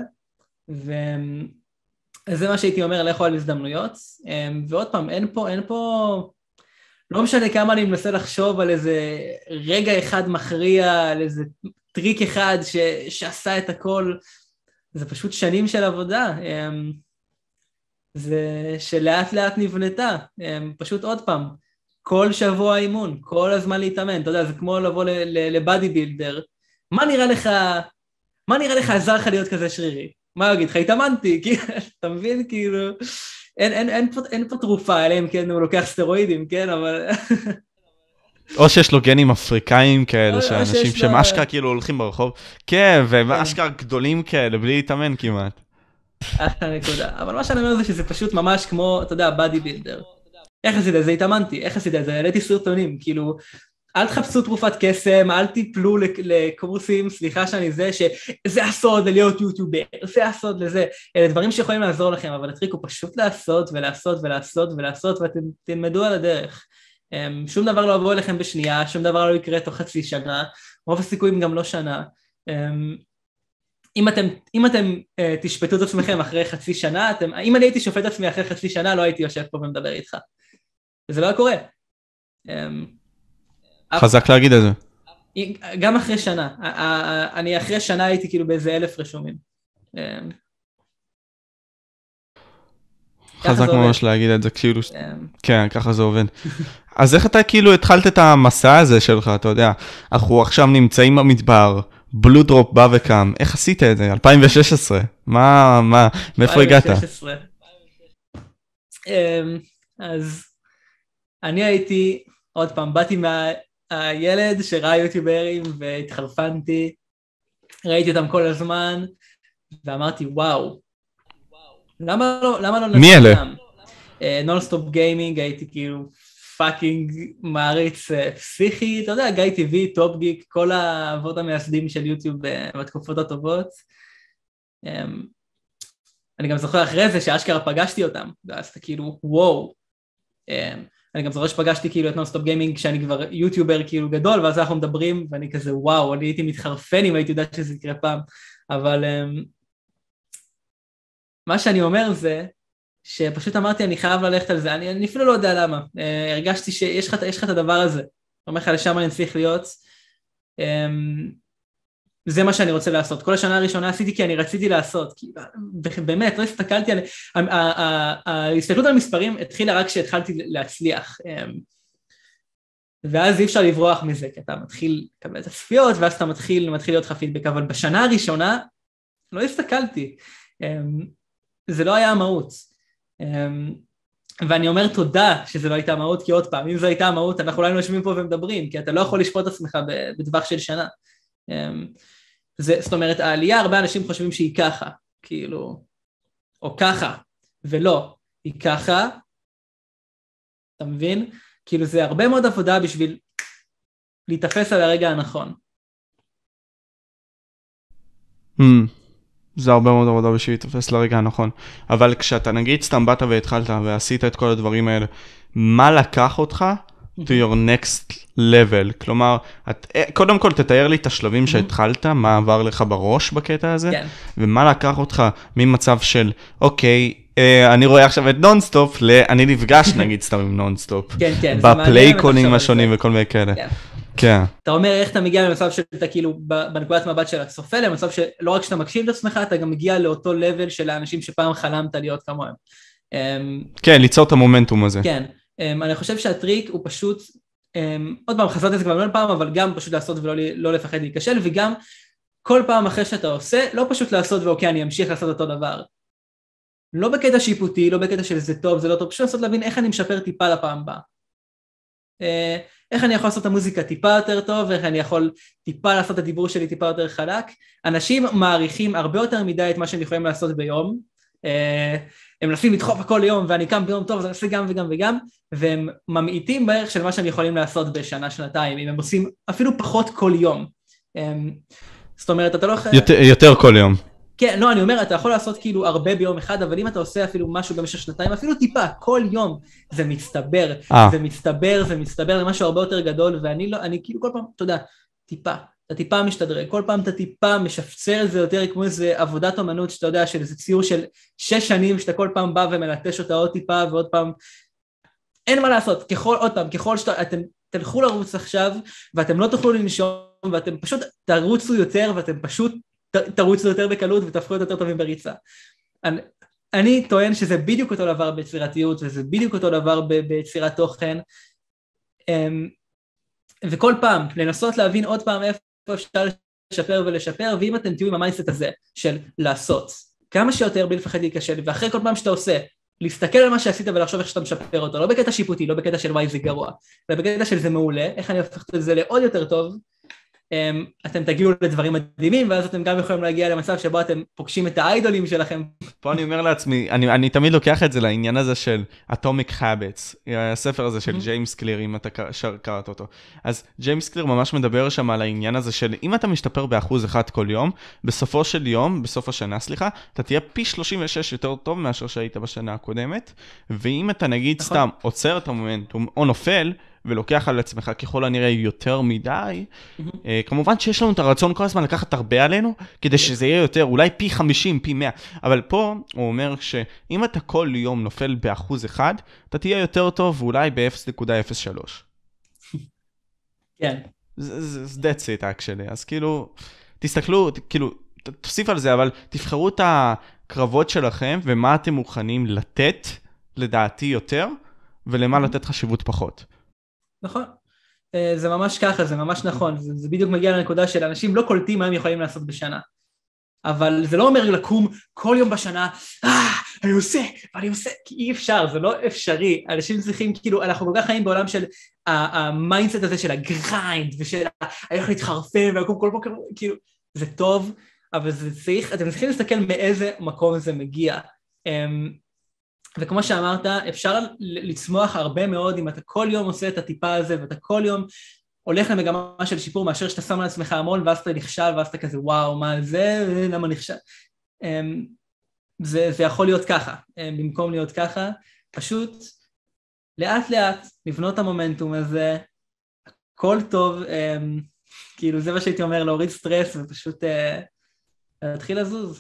וזה מה שהייתי אומר, לכו על הזדמנויות, ועוד פעם, אין פה, לא משנה כמה אני מנסה לחשוב על איזה רגע אחד מכריע, על איזה טריק אחד שעשה את הכל, זה פשוט שנים של עבודה, זה שלאט לאט נבנתה, פשוט עוד פעם, כל שבוע אימון, כל הזמן להתאמן, אתה יודע, זה כמו לבוא לבאדי בילדר, מה נראה לך עזר לך להיות כזה שרירי? מה אגיד לך, התאמנתי, אתה מבין, כאילו, אין פה תרופה, אלא אם כן הוא לוקח סטרואידים, כן, אבל... או שיש לו גנים אפריקאים כאלה, שאנשים שמאשכרה כאילו הולכים ברחוב, כן, ומאשכרה גדולים כאלה, בלי להתאמן כמעט. אחלה נקודה, אבל מה שאני אומר זה שזה פשוט ממש כמו, אתה יודע, באדי בילדר. איך עשית את זה? התאמנתי, איך עשית את זה? העליתי סרטונים, כאילו, אל תחפשו תרופת קסם, אל תיפלו לקורסים, סליחה שאני שזה הסוד להיות יוטיובר, זה הסוד לזה, אלה דברים שיכולים לעזור לכם, אבל הטריק הוא פשוט לעשות ולעשות ולעשות ולעשות, ואתם תלמדו על הדרך. שום דבר לא יבוא אליכם בשנייה, שום דבר לא יקרה תוך חצי שנה, רוב הסיכויים גם לא שנה. אם אתם תשפטו את עצמכם אחרי חצי שנה, אם אני הייתי שופט את עצמי אחרי חצי שנה, לא הייתי יושב פה ומדבר איתך. וזה לא היה קורה. חזק להגיד את זה. גם אחרי שנה. אני אחרי שנה הייתי כאילו באיזה 1,000 רשומים. חזק ממש להגיד את זה, כאילו, כן, ככה זה עובד. אז איך אתה כאילו התחלת את המסע הזה שלך, אתה יודע, אנחנו עכשיו נמצאים במדבר, בלודרופ בא וקם, איך עשית את זה? 2016, מאיפה הגעת? 2016. אז אני הייתי, עוד פעם, באתי מהילד שראה יוטיוברים והתחרפנתי, ראיתי אותם כל הזמן, ואמרתי, וואו, למה לא מי אלה? נונסטופ גיימינג, הייתי כאילו פאקינג מעריץ פסיכי, אתה יודע, גיא טבעי, טופ גיק, כל האבות המייסדים של יוטיוב בתקופות הטובות. אני גם זוכר אחרי זה שאשכרה פגשתי אותם, ואז אתה כאילו, וואו. אני גם זוכר שפגשתי כאילו את נונסטופ גיימינג כשאני כבר יוטיובר כאילו גדול, ואז אנחנו מדברים, ואני כזה, וואו, אני הייתי מתחרפן אם הייתי יודעת שזה יקרה פעם, אבל מה שאני אומר זה, שפשוט אמרתי, אני חייב ללכת על זה, אני אפילו לא יודע למה, הרגשתי שיש לך את הדבר הזה, אומר לך, לשם אני צריך להיות, זה מה שאני רוצה לעשות, כל השנה הראשונה עשיתי כי אני רציתי לעשות, כי באמת, לא הסתכלתי על, ההסתכלות על מספרים התחילה רק כשהתחלתי להצליח, ואז אי אפשר לברוח מזה, כי אתה מתחיל לקבל את הצפיות, ואז אתה מתחיל להיות לך פידבק, אבל בשנה הראשונה לא הסתכלתי, זה לא היה המהות, ואני אומר תודה שזה לא הייתה המהות, כי עוד פעם, אם זו הייתה המהות, אנחנו אולי יושבים פה ומדברים, כי אתה לא יכול לשפוט עצמך בטווח של שנה. זאת אומרת, העלייה, הרבה אנשים חושבים שהיא ככה, כאילו, או ככה, ולא, היא ככה, אתה מבין? כאילו זה הרבה מאוד עבודה בשביל להתאפס על הרגע הנכון. זה הרבה מאוד עבודה בשביל להתאפס לרגע הנכון. אבל כשאתה נגיד סתם באת והתחלת ועשית את כל הדברים האלה, מה לקח אותך to your next level? כלומר, קודם כל תתאר לי את השלבים שהתחלת, מה עבר לך בראש בקטע הזה, ומה לקח אותך ממצב של, אוקיי, אני רואה עכשיו את נונסטופ, אני נפגש נגיד סתם עם נונסטופ, בפלייקונים השונים וכל מיני כאלה. כן. אתה אומר איך אתה מגיע למצב שאתה כאילו בנקודת מבט של הצופה, למצב שלא רק שאתה מקשיב לעצמך, אתה גם מגיע לאותו לבל של האנשים שפעם חלמת להיות כמוהם. כן, ליצור את המומנטום הזה. כן, אני חושב שהטריק הוא פשוט, עוד פעם חזרתי את זה כבר לא פעם, אבל גם פשוט לעשות ולא לפחד להיכשל, וגם כל פעם אחרי שאתה עושה, לא פשוט לעשות ואוקיי, אני אמשיך לעשות אותו דבר. לא בקטע שיפוטי, לא בקטע של זה טוב, זה לא טוב, פשוט לעשות להבין איך אני משפר טיפה לפעם הבאה. איך אני יכול לעשות את המוזיקה טיפה יותר טוב, איך אני יכול טיפה לעשות את הדיבור שלי טיפה יותר חלק. אנשים מעריכים הרבה יותר מדי את מה שהם יכולים לעשות ביום, הם מנסים לדחוף הכל יום, ואני קם ביום טוב, אז אני עושה גם וגם וגם, והם ממעיטים בערך של מה שהם יכולים לעשות בשנה, שנתיים, אם הם עושים אפילו פחות כל יום. זאת אומרת, אתה לא... יותר כל יום. כן, לא, אני אומר, אתה יכול לעשות כאילו הרבה ביום אחד, אבל אם אתה עושה אפילו משהו במשך שנתיים, אפילו טיפה, כל יום, זה מצטבר, זה מצטבר, זה מצטבר, זה משהו הרבה יותר גדול, ואני לא, אני כאילו כל פעם, אתה יודע, טיפה, אתה טיפה משתדרג, כל פעם אתה טיפה משפצר את זה יותר כמו איזה עבודת אומנות, שאתה יודע, של איזה ציור של 6 שנים, שאתה כל פעם בא ומלטש אותה עוד טיפה, ועוד פעם, אין מה לעשות, עוד פעם, ככל שאתם תלכו לרוץ עכשיו, ואתם לא תוכלו לנשום, ואתם פשוט תרוצו יותר, ואתם פשוט תרוצו יותר בקלות ותהפכו יותר טובים בריצה. אני טוען שזה בדיוק אותו דבר ביצירתיות, וזה בדיוק אותו דבר ביצירת תוכן, וכל פעם לנסות להבין עוד פעם איפה אפשר לשפר ולשפר, ואם אתם תהיו עם המיינסט הזה של לעשות, כמה שיותר בלי לפחד להיכשל, ואחרי כל פעם שאתה עושה, להסתכל על מה שעשית ולחשוב איך שאתה משפר אותו, לא בקטע שיפוטי, לא בקטע של וואי זה גרוע, אלא בקטע של זה מעולה, איך אני הופך את זה לעוד יותר טוב, אתם תגיעו לדברים מדהימים, ואז אתם גם יכולים להגיע למצב שבו אתם פוגשים את האיידולים שלכם. פה אני אומר לעצמי, אני תמיד לוקח את זה לעניין הזה של Atomic Habits, הספר הזה של ג'יימס קליר, אם אתה קראת אותו. אז ג'יימס קליר ממש מדבר שם על העניין הזה של, אם אתה משתפר ב1% כל יום, בסופו של יום, בסוף השנה, סליחה, אתה תהיה פי 36 יותר טוב מאשר שהיית בשנה הקודמת, ואם אתה נגיד סתם עוצר את המומנטום או נופל, ולוקח על עצמך ככל הנראה יותר מדי, כמובן שיש לנו את הרצון כל הזמן לקחת הרבה עלינו, כדי שזה יהיה יותר, אולי פי 50, פי 100, אבל פה הוא אומר שאם אתה כל יום נופל ב1%, אתה תהיה יותר טוב, ואולי ב-0.03. כן. That's it actually, אז כאילו, תסתכלו, כאילו, תוסיף על זה, אבל תבחרו את הקרבות שלכם, ומה אתם מוכנים לתת, לדעתי יותר, ולמה לתת חשיבות פחות. נכון, זה ממש ככה, זה ממש נכון, זה בדיוק מגיע לנקודה של אנשים לא קולטים מה הם יכולים לעשות בשנה, אבל זה לא אומר לקום כל יום בשנה, אני עושה, כי אי אפשר, זה לא אפשרי, אנשים צריכים, כאילו, אנחנו כל כך חיים בעולם של המיינדסט הזה של הגריינד, ושל איך להתחרפן, ולקום כל בוקר, כאילו, זה טוב, אבל אתם צריכים להסתכל מאיזה מקום זה מגיע, וכמו שאמרת, אפשר לצמוח הרבה מאוד אם אתה כל יום עושה את הטיפה הזה, ואתה כל יום הולך למגמה של שיפור, מאשר שאתה שם על עצמך המון, ואז אתה נכשל, ואז אתה כזה, וואו, מה זה, למה נכשל? זה יכול להיות ככה, במקום להיות ככה, פשוט לאט לאט לבנות את המומנטום הזה, הכל טוב, כאילו זה מה שהייתי אומר, להוריד סטרס, ופשוט להתחיל לזוז.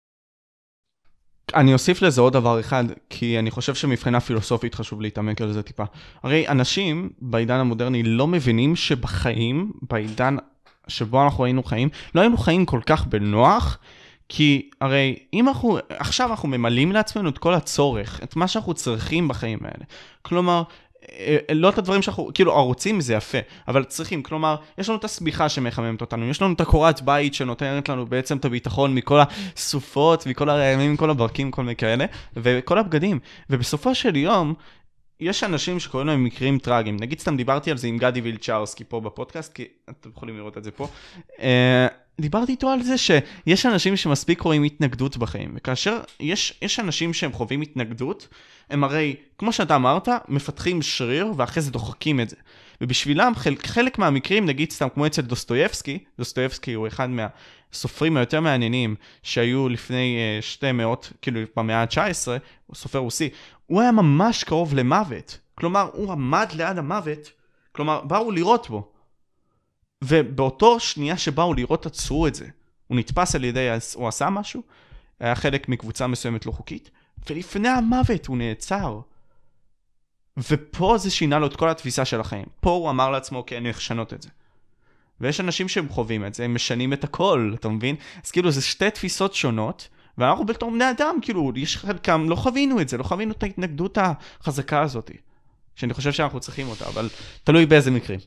אני אוסיף לזה עוד דבר אחד, כי אני חושב שמבחינה פילוסופית חשוב להתעמק על זה טיפה. הרי אנשים בעידן המודרני לא מבינים שבחיים, בעידן שבו אנחנו היינו חיים, לא היינו חיים כל כך בנוח, כי הרי אם עכשיו אנחנו ממלאים לעצמנו את כל הצורך, את מה שאנחנו צריכים בחיים האלה. כלומר, לא את הדברים שאנחנו, כאילו, ערוצים זה יפה, אבל צריכים, כלומר, יש לנו את הסביכה שמחממת אותנו, יש לנו את הקורת בית שנותנת לנו בעצם את הביטחון מכל הסופות, מכל הרעמים, מכל הברקים, כל מיני כאלה, וכל הבגדים. ובסופו של יום, יש אנשים שקוראים להם מקרים טרגיים. נגיד, סתם דיברתי על זה עם גדי וילצ'רסקי פה בפודקאסט, כי אתם יכולים לראות את זה פה. דיברתי איתו על זה שיש אנשים שמספיק רואים התנגדות בחיים, וכאשר יש אנשים שהם חווים התנגדות, הם הרי, כמו שאתה אמרת, מפתחים שריר, ואחרי זה דוחקים את זה. ובשבילם, חלק מהמקרים, נגיד סתם כמו אצל דוסטויבסקי הוא אחד מהסופרים היותר מעניינים, שהיו לפני 200, כאילו במאה ה-19, הוא סופר רוסי, הוא היה ממש קרוב למוות. כלומר, הוא עמד ליד המוות, כלומר, באו לראות בו. ובאותו שנייה שבאו לראות עצרו את זה. הוא נתפס על ידי, הוא עשה משהו, היה חלק מקבוצה מסוימת לא חוקית, ולפני המוות הוא נעצר. ופה זה שינה לו את כל התפיסה של החיים. פה הוא אמר לעצמו, אוקיי, אני הולך לשנות את זה. ויש אנשים שהם חווים את זה, הם משנים את הכל, אתה מבין? אז כאילו, זה שתי תפיסות שונות, ואנחנו בתור בני אדם, כאילו, יש חלקם, לא חווינו את זה, לא חווינו את ההתנגדות החזקה הזאת, שאני חושב שאנחנו צריכים אותה, אבל תלוי באיזה מקרים.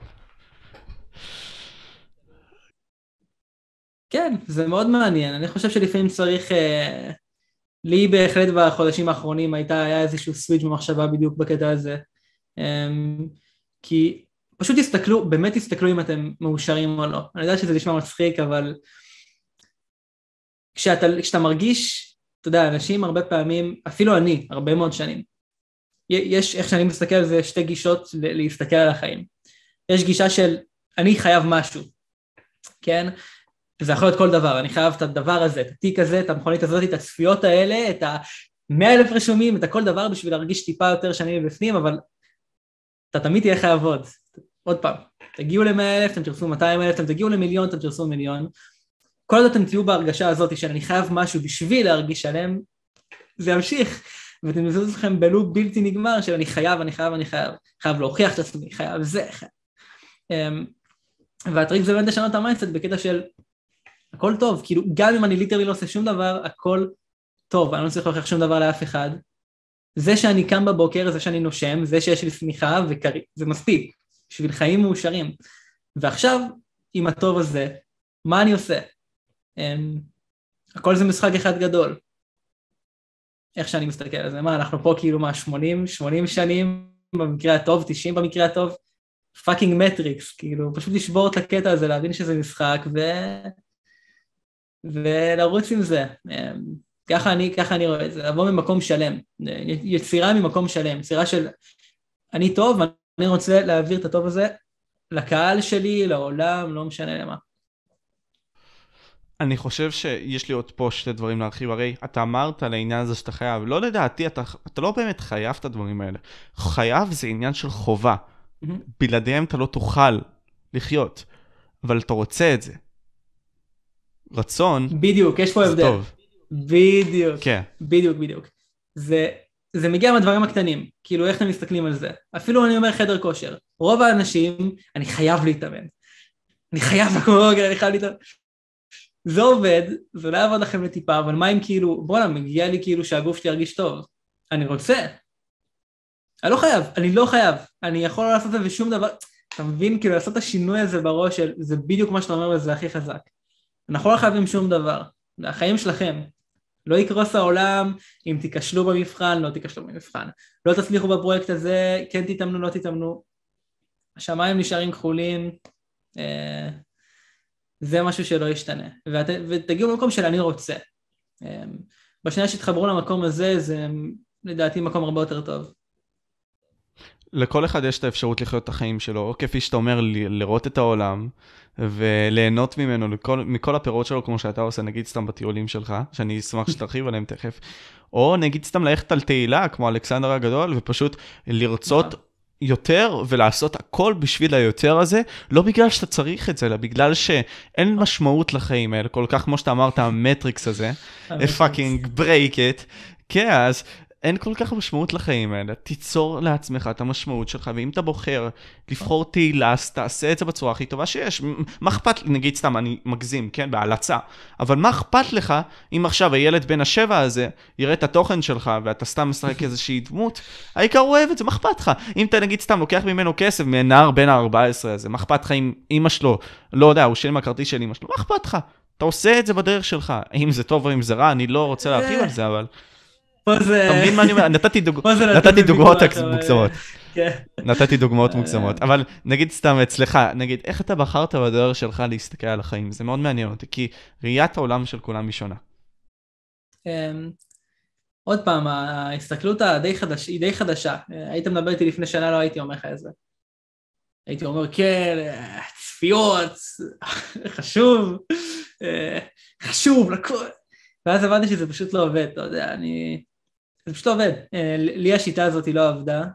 כן, זה מאוד מעניין. אני חושב שלפעמים צריך, לי בהחלט בחודשים האחרונים היה איזשהו סוויץ' במחשבה בדיוק בקטע הזה. כי פשוט תסתכלו, באמת תסתכלו אם אתם מאושרים או לא. אני יודע שזה נשמע מצחיק, אבל כשאתה מרגיש, אתה יודע, אנשים הרבה פעמים, אפילו אני, הרבה מאוד שנים, יש, איך שאני מסתכל על זה, שתי גישות להסתכל על החיים. יש גישה של, אני חייב משהו, כן? וזה יכול להיות כל דבר, אני חייב את הדבר הזה, את התיק הזה, את המכונית הזאת, את הצפיות האלה, את 100,000 רשומים, את הכל דבר בשביל להרגיש טיפה יותר שאני בפנים, אבל אתה תמיד תהיה חייב עוד פעם, תגיעו ל100,000, אתם תרצו 200,000, אתם תגיעו ל1,000,000, אתם תרצו 1,000,000, כל עוד אתם תהיו בהרגשה הזאת שאני חייב משהו בשביל להרגיש שלם, זה ימשיך, ואתם מזוז לכם בלופ בלתי נגמר של אני חייב להוכיח את עצמי, חייב זה, והטריק זה באמת לשנות את המיינדסט בקטע של הכל טוב, כאילו גם אם אני ליטרלי לא עושה שום דבר, הכל טוב, אני לא צריך להוכיח שום דבר לאף אחד, זה שאני קם בבוקר, זה שאני נושם, זה שיש לי שמחה וקרי, זה מספיק, בשביל חיים מאושרים, ועכשיו עם הטוב הזה, מה אני עושה? הכל זה משחק אחד גדול, איך שאני מסתכל על זה, מה אנחנו פה כאילו 80 שנים במקרה הטוב, 90 במקרה הטוב, פאקינג מטריקס, כאילו פשוט לשבור את הקטע הזה, להבין שזה משחק ולרוץ עם זה, ככה אני רואה את זה, לבוא ממקום שלם, יצירה ממקום שלם, יצירה של אני טוב ואני רוצה להעביר את הטוב הזה לקהל שלי, לעולם, לא משנה למה. אני חושב שיש לי עוד פה שתי דברים להרחיב, הרי אתה אמרת על העניין הזה שאתה חייב, לא לדעתי, אתה לא באמת חייב את הדברים האלה, חייב זה עניין של חובה, בלעדיהם אתה לא תוכל לחיות, אבל אתה רוצה את זה. רצון, בדיוק, יש פה הבדל. טוב. בדיוק, כן. בדיוק. זה מגיע מהדברים הקטנים, כאילו איך אתם מסתכלים על זה. אפילו אני אומר חדר כושר, רוב האנשים, אני חייב להתאמן. אני חייב להתאמן. זה עובד, זה לא יעבוד לכם לטיפה, אבל מה אם כאילו, בוא'נה, מגיע לי כאילו שהגוף שלי ירגיש טוב. אני רוצה. אני לא חייב. אני יכול לעשות את זה ושום דבר. אתה מבין, כאילו לעשות את השינוי הזה בראש, זה בדיוק מה שאתה אומר וזה הכי חזק. אנחנו לא חייבים שום דבר. זה החיים שלכם. לא יקרוס העולם אם תיכשלו במבחן, לא תיכשלו במבחן. לא תצליחו בפרויקט הזה, כן תתאמנו, לא תתאמנו. השמיים נשארים כחולים, זה משהו שלא ישתנה. ותגיעו למקום של אני רוצה. בשנייה שתחברו למקום הזה, זה לדעתי מקום הרבה יותר טוב. לכל אחד יש את האפשרות לחיות את החיים שלו, או כפי שאתה אומר, לראות את העולם, וליהנות ממנו, מכל הפירות שלו, כמו שאתה עושה, נגיד סתם בטיולים שלך, שאני אשמח שתרחיב עליהם תכף, או נגיד סתם ללכת על תהילה, כמו אלכסנדר הגדול, ופשוט לרצות יותר, ולעשות הכל בשביל היותר הזה, לא בגלל שאתה צריך את זה, אלא בגלל שאין משמעות לחיים האלה, כל כך כמו שאתה אמרת, המטריקס הזה, fucking break it, כן, אז אין כל כך משמעות לחיים האלה, תיצור לעצמך את המשמעות שלך, ואם אתה בוחר לבחור תהילה, אז תעשה את זה בצורה הכי טובה שיש. מה אכפת, נגיד סתם, אני מגזים, כן, בהלצה, אבל מה אכפת לך אם עכשיו הילד בן ה7 הזה יראה את התוכן שלך, ואתה סתם משחק איזושהי דמות, העיקר הוא אוהב את זה, מה אכפת לך? אם אתה נגיד סתם לוקח ממנו כסף, מנער בן ה14 הזה, מה אכפת לך אם אמא שלו, לא יודע, הוא שילם הכרטיס של אמא שלו, מה אכפת לך? אתה עושה את זה בדרך שלך, אם זה טוב או אם זה רע, אני לא רוצה להרחיב על זה, אבל אתה מבין מה אני אומר? נתתי דוגמאות מוגזמות. נתתי דוגמאות מוגזמות. אבל נגיד סתם אצלך, נגיד איך אתה בחרת בדרך שלך להסתכל על החיים? זה מאוד מעניין אותי, כי ראיית העולם של כולם היא שונה. עוד פעם, ההסתכלות היא די חדשה. היית מדבר איתי לפני שנה, לא הייתי אומר לך את זה. הייתי אומר, כן, צפיות, חשוב, לכל. ואז הבנתי שזה פשוט לא עובד, אתה יודע, זה פשוט לא עובד. לי השיטה הזאת היא לא עבדה,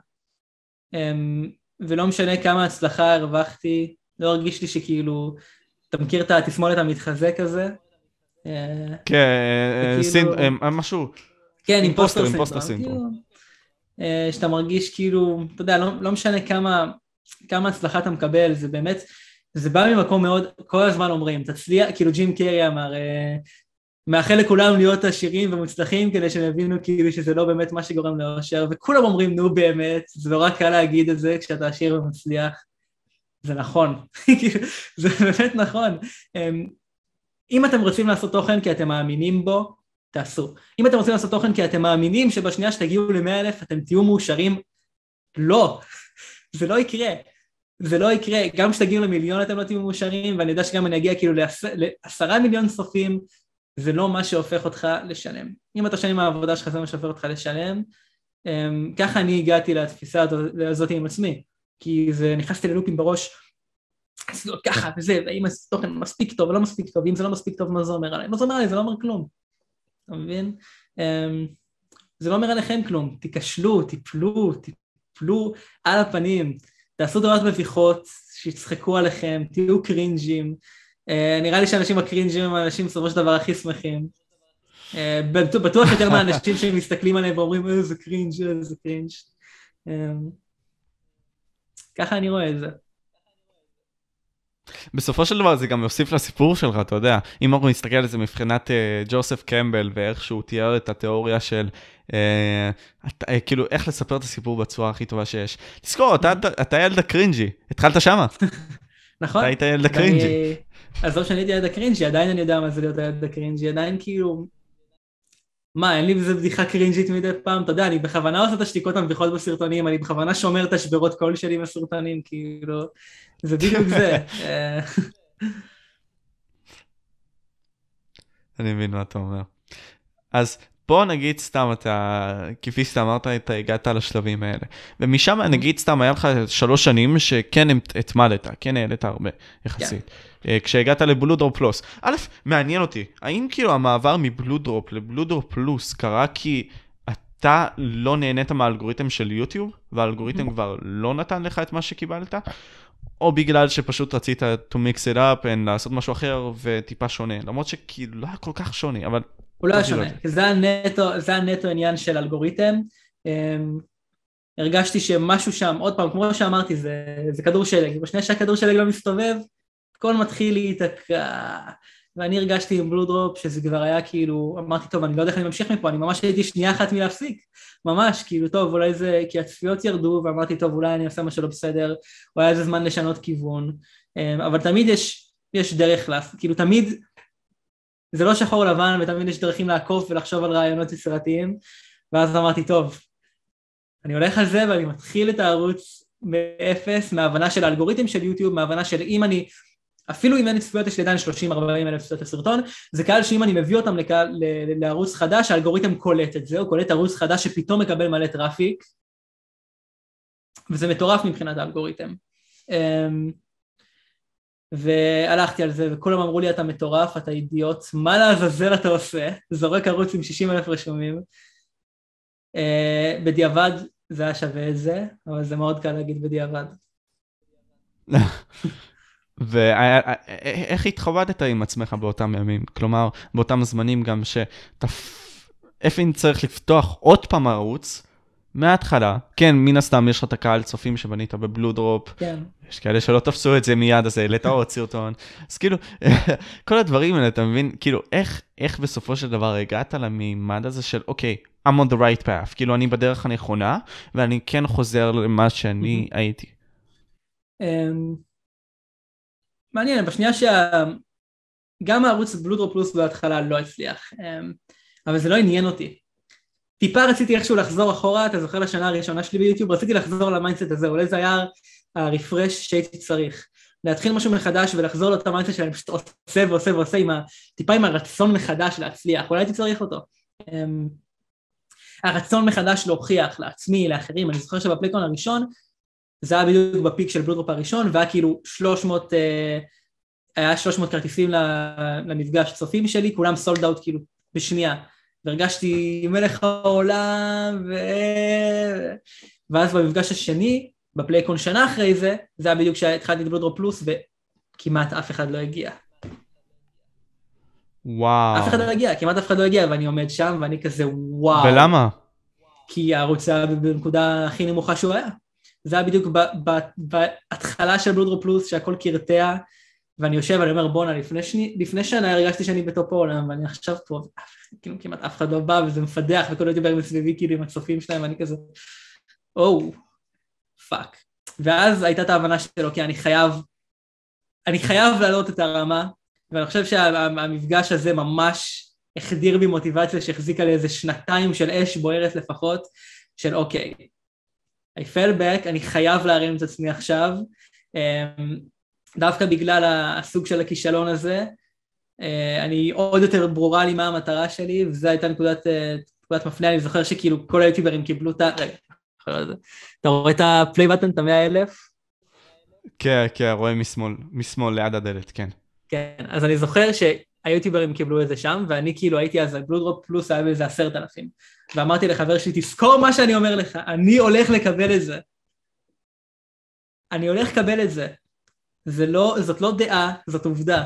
ולא משנה כמה הצלחה הרווחתי, לא הרגיש לי שכאילו, אתה מכיר את התסמונת המתחזק הזה? כן, משהו. כן, אימפוסטר סינדרום. שאתה מרגיש כאילו, אתה יודע, לא משנה כמה הצלחה אתה מקבל, זה באמת, זה בא ממקום מאוד, כל הזמן אומרים, תצליח, כאילו ג'ים קרי אמר, מאחל לכולם להיות עשירים ומוצלחים, כדי שהם יבינו כאילו שזה לא באמת מה שגורם לאושר, וכולם אומרים נו באמת, זה נורא קל להגיד את זה כשאתה עשיר ומצליח, זה נכון, זה באמת נכון. אם אתם רוצים לעשות תוכן כי אתם מאמינים בו, תעשו. אם אתם רוצים לעשות תוכן כי אתם מאמינים שבשנייה שתגיעו ל100,000 אתם תהיו מאושרים, לא, זה לא יקרה. זה לא יקרה, גם כשתגיעו ל1,000,000 אתם לא תהיו מאושרים, ואני יודע שגם אני אגיע כאילו ל10 מיליון צופים, זה לא מה שהופך אותך לשלם. אם אתה שנים מהעבודה שלך, זה מה שהופך אותך לשלם, ככה אני הגעתי לתפיסה הזאת עם עצמי, כי זה נכנסתי ללופים בראש, לעשות ככה וזה, ואם התוכן מספיק טוב, לא מספיק טוב, ואם זה לא מספיק טוב, מה זה אומר עליי? מה זה אומר עליי? זה לא אומר כלום. אתה מבין? זה לא אומר עליכם כלום. תיכשלו, תיפלו על הפנים, תעשו דעות מביכות, שיצחקו עליכם, תהיו קרינג'ים. נראה לי שאנשים הקרינג'ים הם האנשים בסופו של דבר הכי שמחים. בטוח יותר מהאנשים שמסתכלים עליהם ואומרים, איזה קרינג', איזה קרינג'. ככה אני רואה את זה. בסופו של דבר זה גם יוסיף לסיפור שלך, אתה יודע, אם אנחנו נסתכל על זה מבחינת ג'וסף קמבל ואיך שהוא תיאר את התיאוריה של כאילו איך לספר את הסיפור בצורה הכי טובה שיש. תזכור, אתה ילד הקרינג'י, התחלת שמה. נכון. אתה היית ילד הקרינג'י. אז לא שאני הייתי ילד הקרינג'י, עדיין אני יודע מה זה להיות ילד הקרינג'י, עדיין כאילו, מה, אין לי בזה בדיחה קרינג'ית מדי פעם, אתה יודע, אני בכוונה עושה את השתיקות המביכות בסרטונים, אני בכוונה שומר את השברות קול שלי בסרטונים, כאילו, זה בדיוק זה. אני מבין מה אתה אומר. אז בוא נגיד סתם, אתה, כפי שאתה אמרת, אתה הגעת לשלבים האלה. ומשם נגיד סתם, היה לך 3 שנים שכן התמדת, כן העלית הרבה יחסית. כשהגעת לבלודרופ פלוס. א', מעניין אותי, האם כאילו המעבר מבלודרופ לבלודרופ פלוס קרה כי אתה לא נהנית מהאלגוריתם של יוטיוב, והאלגוריתם כבר לא נתן לך את מה שקיבלת? או בגלל שפשוט רצית to mix it up and לעשות משהו אחר וטיפה שונה, למרות שכאילו לא היה כל כך שוני, אבל... הוא לא היה שונה, זה הנטו עניין של אלגוריתם. הרגשתי שמשהו שם, עוד פעם, כמו שאמרתי, זה כדור שלג, בשנייה שהכדור שלג לא מסתובב, הכל מתחיל להיתקע, ואני הרגשתי עם בלודרופ שזה כבר היה כאילו, אמרתי טוב, אני לא יודע איך אני ממשיך מפה, אני ממש הייתי שנייה אחת מלהפסיק, ממש, כאילו טוב, אולי זה, כי הצפיות ירדו, ואמרתי טוב, אולי אני עושה משהו לא בסדר, או היה איזה זמן לשנות כיוון, אבל תמיד יש דרך, כאילו תמיד, זה לא שחור לבן, ותמיד יש דרכים לעקוף ולחשוב על רעיונות יצירתיים, ואז אמרתי טוב, אני הולך על זה, ואני מתחיל את הערוץ מאפס, מההבנה של האלגוריתם של יוטיוב, מההבנה של אם אני, אפילו אם אין צפיות יש לי עדיין 30-40 אלף צפיות לסרטון, זה קהל שאם אני מביא אותם לערוץ חדש, האלגוריתם קולט את זה, הוא קולט ערוץ חדש שפתאום מקבל מלא טראפיק, וזה מטורף מבחינת האלגוריתם. והלכתי על זה, וכולם אמרו לי, אתה מטורף, אתה אידיוט, מה לעזאזל אתה עושה? זורק ערוץ עם 60,000 רשומים. בדיעבד זה היה שווה את זה, אבל זה מאוד קל להגיד בדיעבד. ואיך התחבטת עם עצמך באותם ימים? כלומר, באותם זמנים גם אפין צריך לפתוח עוד פעם ערוץ, מההתחלה, כן, מן הסתם יש לך את הקהל צופים שבנית בבלודרופ, כן. יש כאלה שלא תפסו את זה מיד, אז העלית עוד סרטון, אז כאילו, כל הדברים האלה, אתה מבין, כאילו, איך בסופו של דבר הגעת למימד הזה של, אוקיי, I'm on the right path, כאילו, אני בדרך הנכונה, ואני כן חוזר למה שאני הייתי. מעניין, בשנייה גם הערוץ בלודרופ פלוס בהתחלה לא הצליח, אבל זה לא עניין אותי. טיפה רציתי איכשהו לחזור אחורה, אתה זוכר לשנה הראשונה שלי ביוטיוב, רציתי לחזור למיינדסט הזה, אולי זה היה הרפרש שהייתי צריך, להתחיל משהו מחדש ולחזור לאותה מיינדסט שאני פשוט עושה ועושה ועושה, טיפה עם הרצון מחדש להצליח, אולי הייתי צריך אותו. הרצון מחדש להוכיח לעצמי, לאחרים, אני זוכר שבפלייטון הראשון, זה היה בדיוק בפיק של בלודרופ הראשון, והיה כאילו 300 כרטיסים למפגש צופים שלי, כולם סולד אאוט כאילו בשנייה, והרגשתי מלך העולם, ואז במפגש השני, בפלייקון שנה אחרי זה, זה היה בדיוק שהתחלתי את בלודרופ פלוס, וכמעט אף אחד לא הגיע. וואו. אף אחד לא הגיע, כמעט אף אחד לא הגיע, ואני עומד שם, ואני כזה וואו. ולמה? כי הערוץ היה בנקודה הכי נמוכה שהוא היה. זה היה בדיוק בהתחלה של בלודרופ פלוס, שהכל קרטע, ואני יושב, ואני אומר, בונה, לפני שנה הרגשתי שאני בטופ העולם, ואני עכשיו פה, כאילו כמעט אף אחד לא בא, וזה מפדח, וכל יוטיובר מסביבי, כאילו עם הצופים שלהם, ואני כזה, פאק. ואז הייתה את ההבנה שלו, כי אני חייב לעלות את הרמה, ואני חושב שהמפגש הזה ממש החדיר בי מוטיבציה, שהחזיקה לאיזה 2 של אש בוערת לפחות, של אוקיי, I fell back, אני חייב להרים את עצמי עכשיו, דווקא בגלל הסוג של הכישלון הזה, אני עוד יותר ברורה לי מה המטרה שלי, וזו הייתה נקודת מפנה, אני זוכר שכאילו כל היוטיוברים קיבלו את רגע, אתה רואה את הפליי בטן, את 100,000? כן, כן, רואה משמאל ליד הדלת, כן. כן, אז אני זוכר שהיוטיוברים קיבלו את זה שם, ואני כאילו הייתי אז על בלודרופ פלוס, היה באיזה 10,000. ואמרתי לחבר שלי, תזכור מה שאני אומר לך, אני הולך לקבל את זה. אני הולך לקבל את זה. זאת לא דעה, זאת עובדה.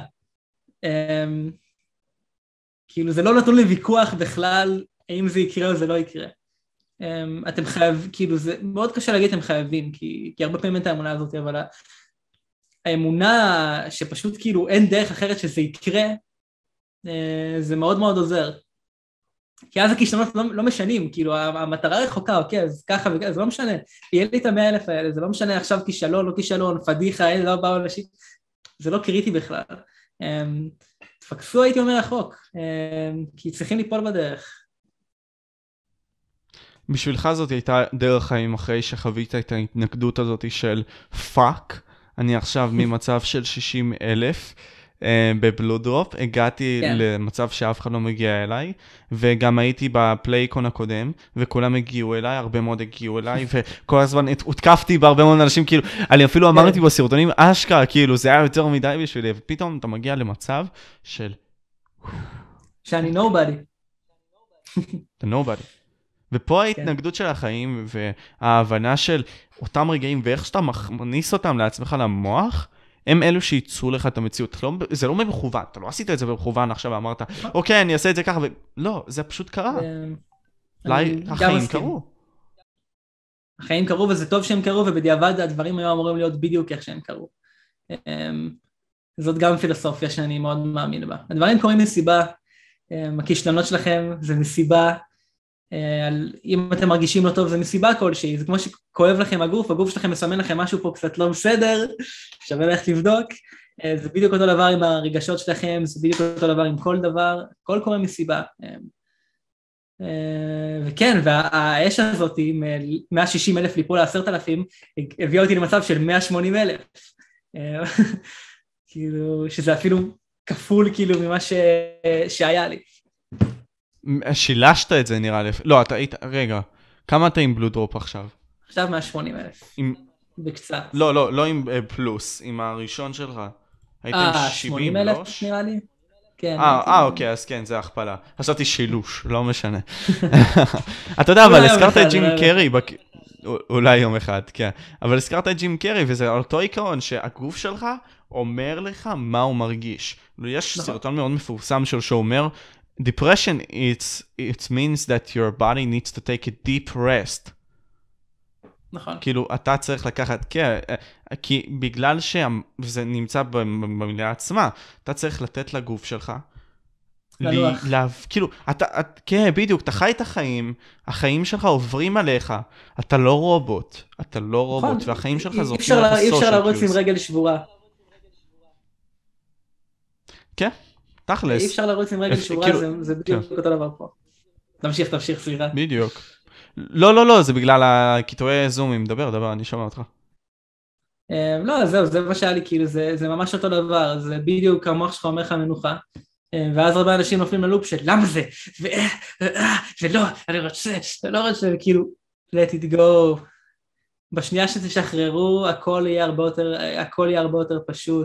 כאילו זה לא נתון לוויכוח בכלל, האם זה יקרה או זה לא יקרה. אתם חייבים, כאילו זה מאוד קשה להגיד אתם חייבים, כי הרבה פעמים את האמונה הזאת, אבל האמונה שפשוט כאילו אין דרך אחרת שזה יקרה, זה מאוד מאוד עוזר. כי אז הכישלונות לא משנים, כאילו המטרה רחוקה, אוקיי, אז ככה וככה, זה לא משנה, יהיה לי את 100,000 האלה, זה לא משנה עכשיו כישלון, לא כישלון, פדיחה, לא באו אנשים, זה לא קריטי בכלל. תפקסו הייתי אומר רחוק, כי צריכים ליפול בדרך. בשבילך זאת הייתה דרך חיים אחרי שחווית את ההתנגדות הזאת של פאק, אני עכשיו ממצב של 60,000 בבלודרופ, הגעתי למצב שאף אחד לא מגיע אליי, וגם הייתי בפלייקון הקודם, וכולם הגיעו אליי, הרבה מאוד הגיעו אליי, וכל הזמן הותקפתי בהרבה מאוד אנשים, כאילו, אני אפילו אמרתי בסרטונים, אשכרה, כאילו, זה היה יותר מדי בשבילי, ופתאום אתה מגיע למצב של... שאני nobody. אתה nobody. ופה ההתנגדות של החיים, וההבנה של אותם רגעים, ואיך שאתה מכניס אותם לעצמך למוח, הם אלו שייצרו לך את המציאות. זה לא במכוון, אתה לא עשית את זה במכוון עכשיו ואמרת, אוקיי, אני אעשה את זה ככה, לא, זה פשוט קרה. החיים קרו. החיים קרו, וזה טוב שהם קרו, ובדיעבד הדברים היו אמורים להיות בדיוק איך שהם קרו. זאת גם פילוסופיה שאני מאוד מאמין בה. הדברים קורים מסיבה, הכישלונות שלכם זה מסיבה, אם אתם מרגישים לא טוב זה מסיבה כלשהי, זה כמו שכואב לכם הגוף שלכם מסמן לכם משהו פה קצת לא בסדר, שווה ללכת לבדוק, זה בדיוק אותו דבר עם הרגשות שלכם, זה בדיוק אותו דבר עם כל דבר, הכל קורה מסיבה. וכן, והאש הזאת עם 160,000 ליפול ל10,000, הביאה אותי למצב של 180,000, כאילו, שזה אפילו כפול כאילו ממה שהיה לי. שילשת את זה נראה לי, לא, אתה היית, רגע, כמה אתה עם בלודרופ עכשיו? עכשיו 180,000, בקצת. לא עם פלוס, עם הראשון שלך. היית עם 70, לא? 80,000 נראה לי? כן. אוקיי, אז כן, זה הכפלה. חשבתי שילוש, לא משנה. אתה יודע, אבל הזכרת את ג'ים קרי, אולי יום אחד, כן. אבל הזכרת את ג'ים קרי, וזה אותו עיקרון שהגוף שלך אומר לך מה הוא מרגיש. יש סרטון מאוד מפורסם שלו שאומר, Depression, it means that your body needs to take a deep rest. נכון. כאילו, אתה צריך לקחת, כי בגלל שזה נמצא במילה עצמה, אתה צריך לתת לגוף שלך, כאילו, כן, בדיוק, אתה חי את החיים שלך עוברים עליך, אתה לא רובוט, והחיים שלך זאת אי אפשר לרוץ עם רגל שבורה. כן, תכלס. אי אפשר לרוץ עם רגל שבורה, זה בדיוק אותו דבר פה. תמשיך, סליחה. בדיוק. לא, זה בגלל הקטועי זומים, דבר, אני שומע אותך. לא, זהו, זה מה שהיה לי, כאילו, זה ממש אותו דבר, זה בדיוק המוח שלך אומר לך מנוחה, ואז הרבה אנשים נופלים ללופ של למה זה, ולא, אני רוצה, לא רוצה, כאילו, let it go. בשנייה שתשחררו, הכל יהיה הרבה יותר פשוט.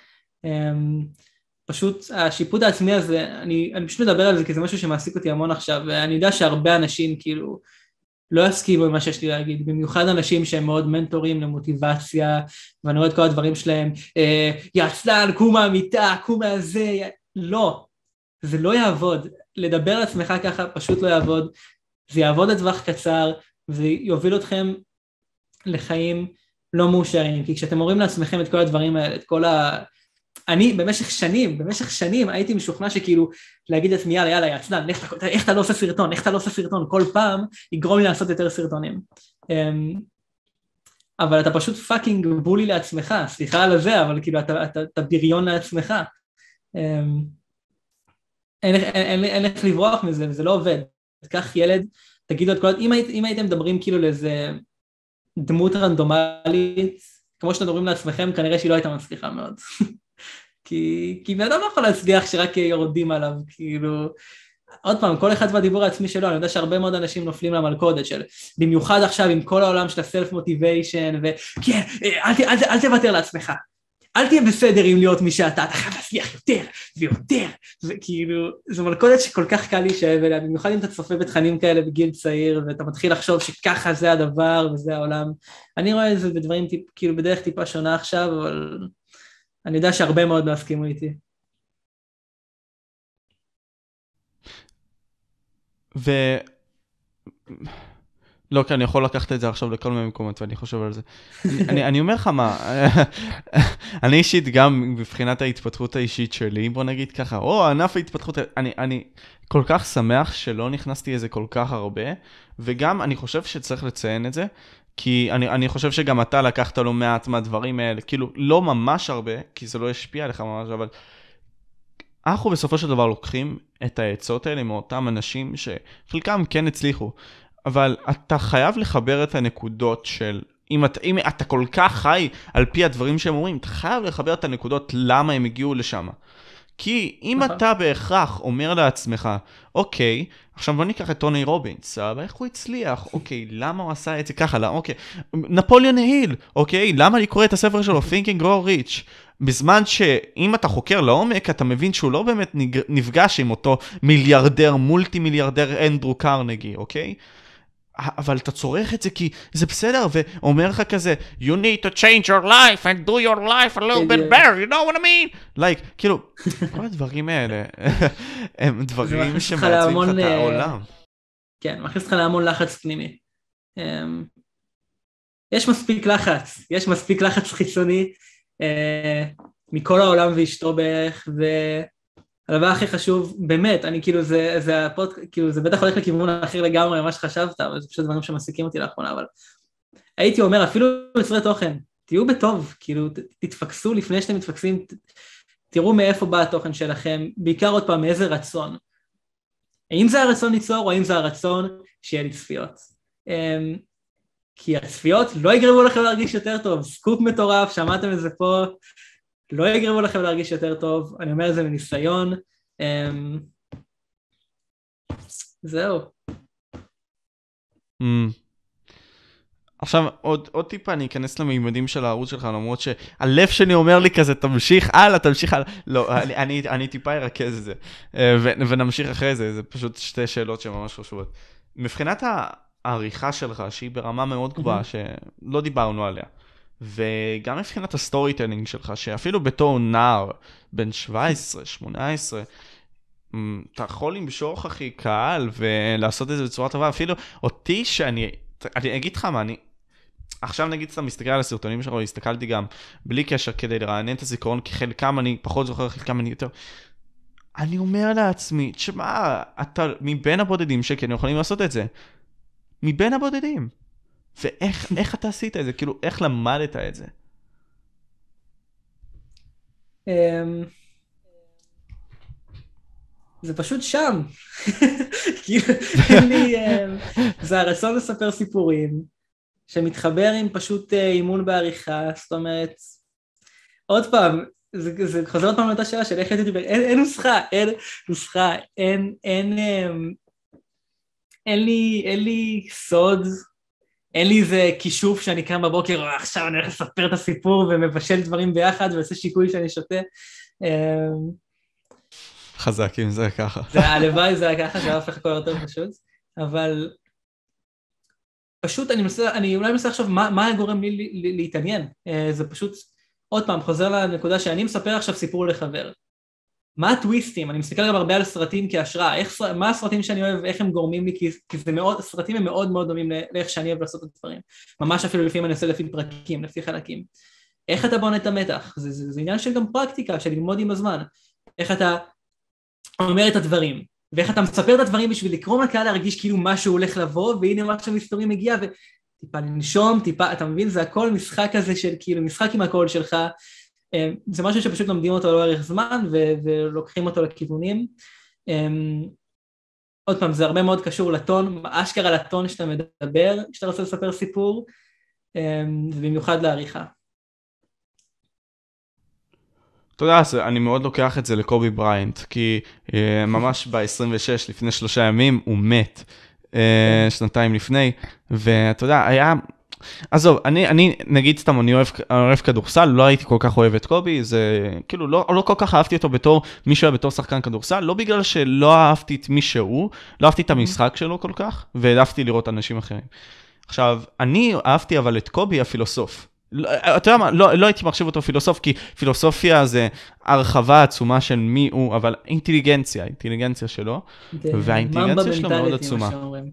פשוט השיפוט העצמי הזה, אני פשוט מדבר על זה כי זה משהו שמעסיק אותי המון עכשיו, ואני יודע שהרבה אנשים כאילו לא יסכימו עם מה שיש לי להגיד, במיוחד אנשים שהם מאוד מנטורים למוטיבציה, ואני רואה את כל הדברים שלהם, יעצלן, קום מהמיטה, קום מהזה, לא, זה לא יעבוד, לדבר על עצמך ככה פשוט לא יעבוד, זה יעבוד לטווח קצר, וזה יוביל אתכם לחיים לא מאושרים, כי כשאתם אומרים לעצמכם את כל הדברים האלה, את כל אני במשך שנים הייתי משוכנע שכאילו להגיד לעצמי יאללה יעצלן, איך אתה לא עושה סרטון, כל פעם יגרום לי לעשות יותר סרטונים. אבל אתה פשוט פאקינג בולי לעצמך, סליחה על זה, אבל כאילו אתה בריון לעצמך. אין לך לברוח מזה, וזה לא עובד. תקח ילד, תגידו את כל... אם הייתם מדברים כאילו לאיזה דמות רנדומלית, כמו שאתם מדברים לעצמכם, כנראה שהיא לא הייתה מצליחה מאוד. כי בן אדם לא יכול להצליח שרק יורדים עליו, כאילו, עוד פעם, כל אחד והדיבור העצמי שלו, אני יודע שהרבה מאוד אנשים נופלים למלכודת של, במיוחד עכשיו עם כל העולם של הסלף מוטיביישן, וכן, אל תוותר לעצמך, אל תהיה בסדר עם להיות מי שאתה חייב להצליח יותר ויותר, וכאילו, זו מלכודת שכל כך קל להישאב אליה, במיוחד אם אתה צופה בתכנים כאלה בגיל צעיר, ואתה מתחיל לחשוב שככה זה הדבר וזה העולם, אני רואה את זה בדברים, כאילו בדרך טיפה שונה עכשיו, אבל אני יודע שהרבה מאוד לא הסכימו איתי. לא, כי אני יכול לקחת את זה עכשיו לכל מיני מקומות, ואני חושב על זה. אני אומר לך מה, אני אישית גם בבחינת ההתפתחות האישית שלי, בוא נגיד ככה, ענף ההתפתחות, אני כל כך שמח שלא נכנסתי לזה כל כך הרבה, וגם אני חושב שצריך לציין את זה, כי אני חושב שגם אתה לקחת לו מעט מהדברים האלה, כאילו לא ממש הרבה, כי זה לא השפיע עליך ממש, אבל אנחנו בסופו של דבר לוקחים את העצות האלה מאותם אנשים שחלקם כן הצליחו, אבל אתה חייב לחבר את הנקודות של, אם אתה כל כך חי על פי הדברים שהם אומרים, אתה חייב לחבר את הנקודות למה הם הגיעו לשם. כי אם אתה בהכרח אומר לעצמך, אוקיי, עכשיו בוא ניקח את טוני רובינס, אבל איך הוא הצליח? אוקיי, למה הוא עשה את זה ככה? אוקיי, נפוליאון היל, אוקיי, למה אני קורא את הספר שלו, Think and Grow Rich? בזמן שאם אתה חוקר לעומק, אתה מבין שהוא לא באמת נפגש עם אותו מיליארדר, מולטי מיליארדר אנדרו קרנגי, אוקיי? אבל אתה צורך את זה כי זה בסדר, ואומר לך כזה, you need to change your life and do your life a little bit better, you know what I mean? like, כאילו, כל הדברים האלה, הם דברים שמעצבים לך את העולם. כן, מכניס לך להמון לחץ פנימי. יש מספיק לחץ חיצוני, מכל העולם ואשתו בערך, הדבר הכי חשוב, באמת, אני כאילו, זה בטח הולך לכיוון אחר לגמרי ממה שחשבת, אבל זה פשוט דברים שמסיקים אותי לאחרונה, אבל הייתי אומר, אפילו יוצרי תוכן, תהיו בטוב, כאילו, תתפקסו לפני שאתם מתפקסים, תראו מאיפה בא התוכן שלכם, בעיקר עוד פעם, מאיזה רצון. האם זה הרצון ליצור, או האם זה הרצון שיהיה לי צפיות? כי הצפיות לא יגרמו לכם להרגיש יותר טוב, סקופ מטורף, שמעתם את זה פה, לא יגרמו לכם להרגיש יותר טוב, אני אומר את זה מניסיון, זהו. עכשיו, עוד טיפה אני אכנס למימדים של הערוץ שלך, למרות שהלב שלי אומר לי כזה, תמשיך הלאה. לא, אני טיפה ארכז את זה, ונמשיך אחרי זה, זה פשוט שתי שאלות שממש חשובות. מבחינת העריכה שלך, שהיא ברמה מאוד גבוהה, שלא דיברנו עליה, וגם מבחינת הסטורי טלינג שלך, שאפילו בתור נער, בן 17, 18, אתה יכול למשוך הכי קהל, ולעשות את זה בצורה טובה, אפילו אותי אני אגיד לך מה, עכשיו נגיד שאתה מסתכל על הסרטונים שלך, הסתכלתי גם בלי קשר כדי לרענן את הזיכרון, כי חלקם אני פחות זוכר, חלקם אני יותר, אני אומר לעצמי, תשמע, אתה מבין הבודדים שכן יכולים לעשות את זה, מבין הבודדים, ואיך אתה עשית את זה? כאילו, איך למדת את זה? זה פשוט שם. זה הרצון לספר סיפורים, שמתחבר עם פשוט אימון בעריכה, זאת אומרת, עוד פעם, זה חוזר עוד פעם לאותה שאלה של איך הייתי דבר, אין נוסחה, אין לי סוד, אין לי איזה כישוף שאני קם בבוקר, עכשיו אני הולך לספר את הסיפור ומבשל דברים ביחד ועושה שיקוי שאני שותה. חזק אם זה ככה. הלוואי זה היה ככה, זה היה הופך הכל יותר פשוט, אבל פשוט אני אולי מנסה עכשיו מה גורם לי להתעניין. זה פשוט, עוד פעם, חוזר לנקודה שאני מספר עכשיו סיפור לחבר. מה הטוויסטים? אני מסתכל גם הרבה על סרטים כהשראה, מה הסרטים שאני אוהב, איך הם גורמים לי, כי הסרטים הם מאוד מאוד דומים לאיך שאני אוהב לעשות את הדברים. ממש אפילו לפעמים אני עושה לפי פרקים, לפי חלקים. איך אתה בונה את המתח? זה עניין של גם פרקטיקה, של ללמוד עם הזמן. איך אתה אומר את הדברים, ואיך אתה מספר את הדברים בשביל לקרוא לקהל להרגיש כאילו משהו הולך לבוא, והנה משהו מסתורים מגיע, וטיפה לנשום, טיפה, אתה מבין? זה הכל משחק כזה של כאילו, משחק עם הקול שלך, זה משהו שפשוט לומדים אותו לאורך זמן, ולוקחים אותו לכיוונים. עוד פעם, זה הרבה מאוד קשור לטון, אשכרה לטון שאתה מדבר, שאתה רוצה לספר סיפור, ובמיוחד לעריכה. אתה יודע, אני מאוד לוקח את זה לקובי בריינט, כי ממש ב-26 לפני 3 ימים הוא מת, שנתיים לפני, ואתה יודע, היה... עזוב, אני נגיד סתם, אני אוהב כדורסל, לא הייתי כל כך אוהב את קובי, זה כאילו לא כל כך אהבתי אותו בתור מישהו בתור שחקן כדורסל, לא בגלל שלא אהבתי את מי שהוא, לא אהבתי את המשחק שלו כל כך, והעדפתי לראות אנשים אחרים. עכשיו, אני אהבתי אבל את קובי הפילוסוף. אתה יודע מה, לא הייתי מחשיב אותו פילוסוף, כי פילוסופיה זה הרחבה עצומה של מי הוא, אבל האינטליגנציה שלו, והאינטליגנציה שלו מאוד עצומה.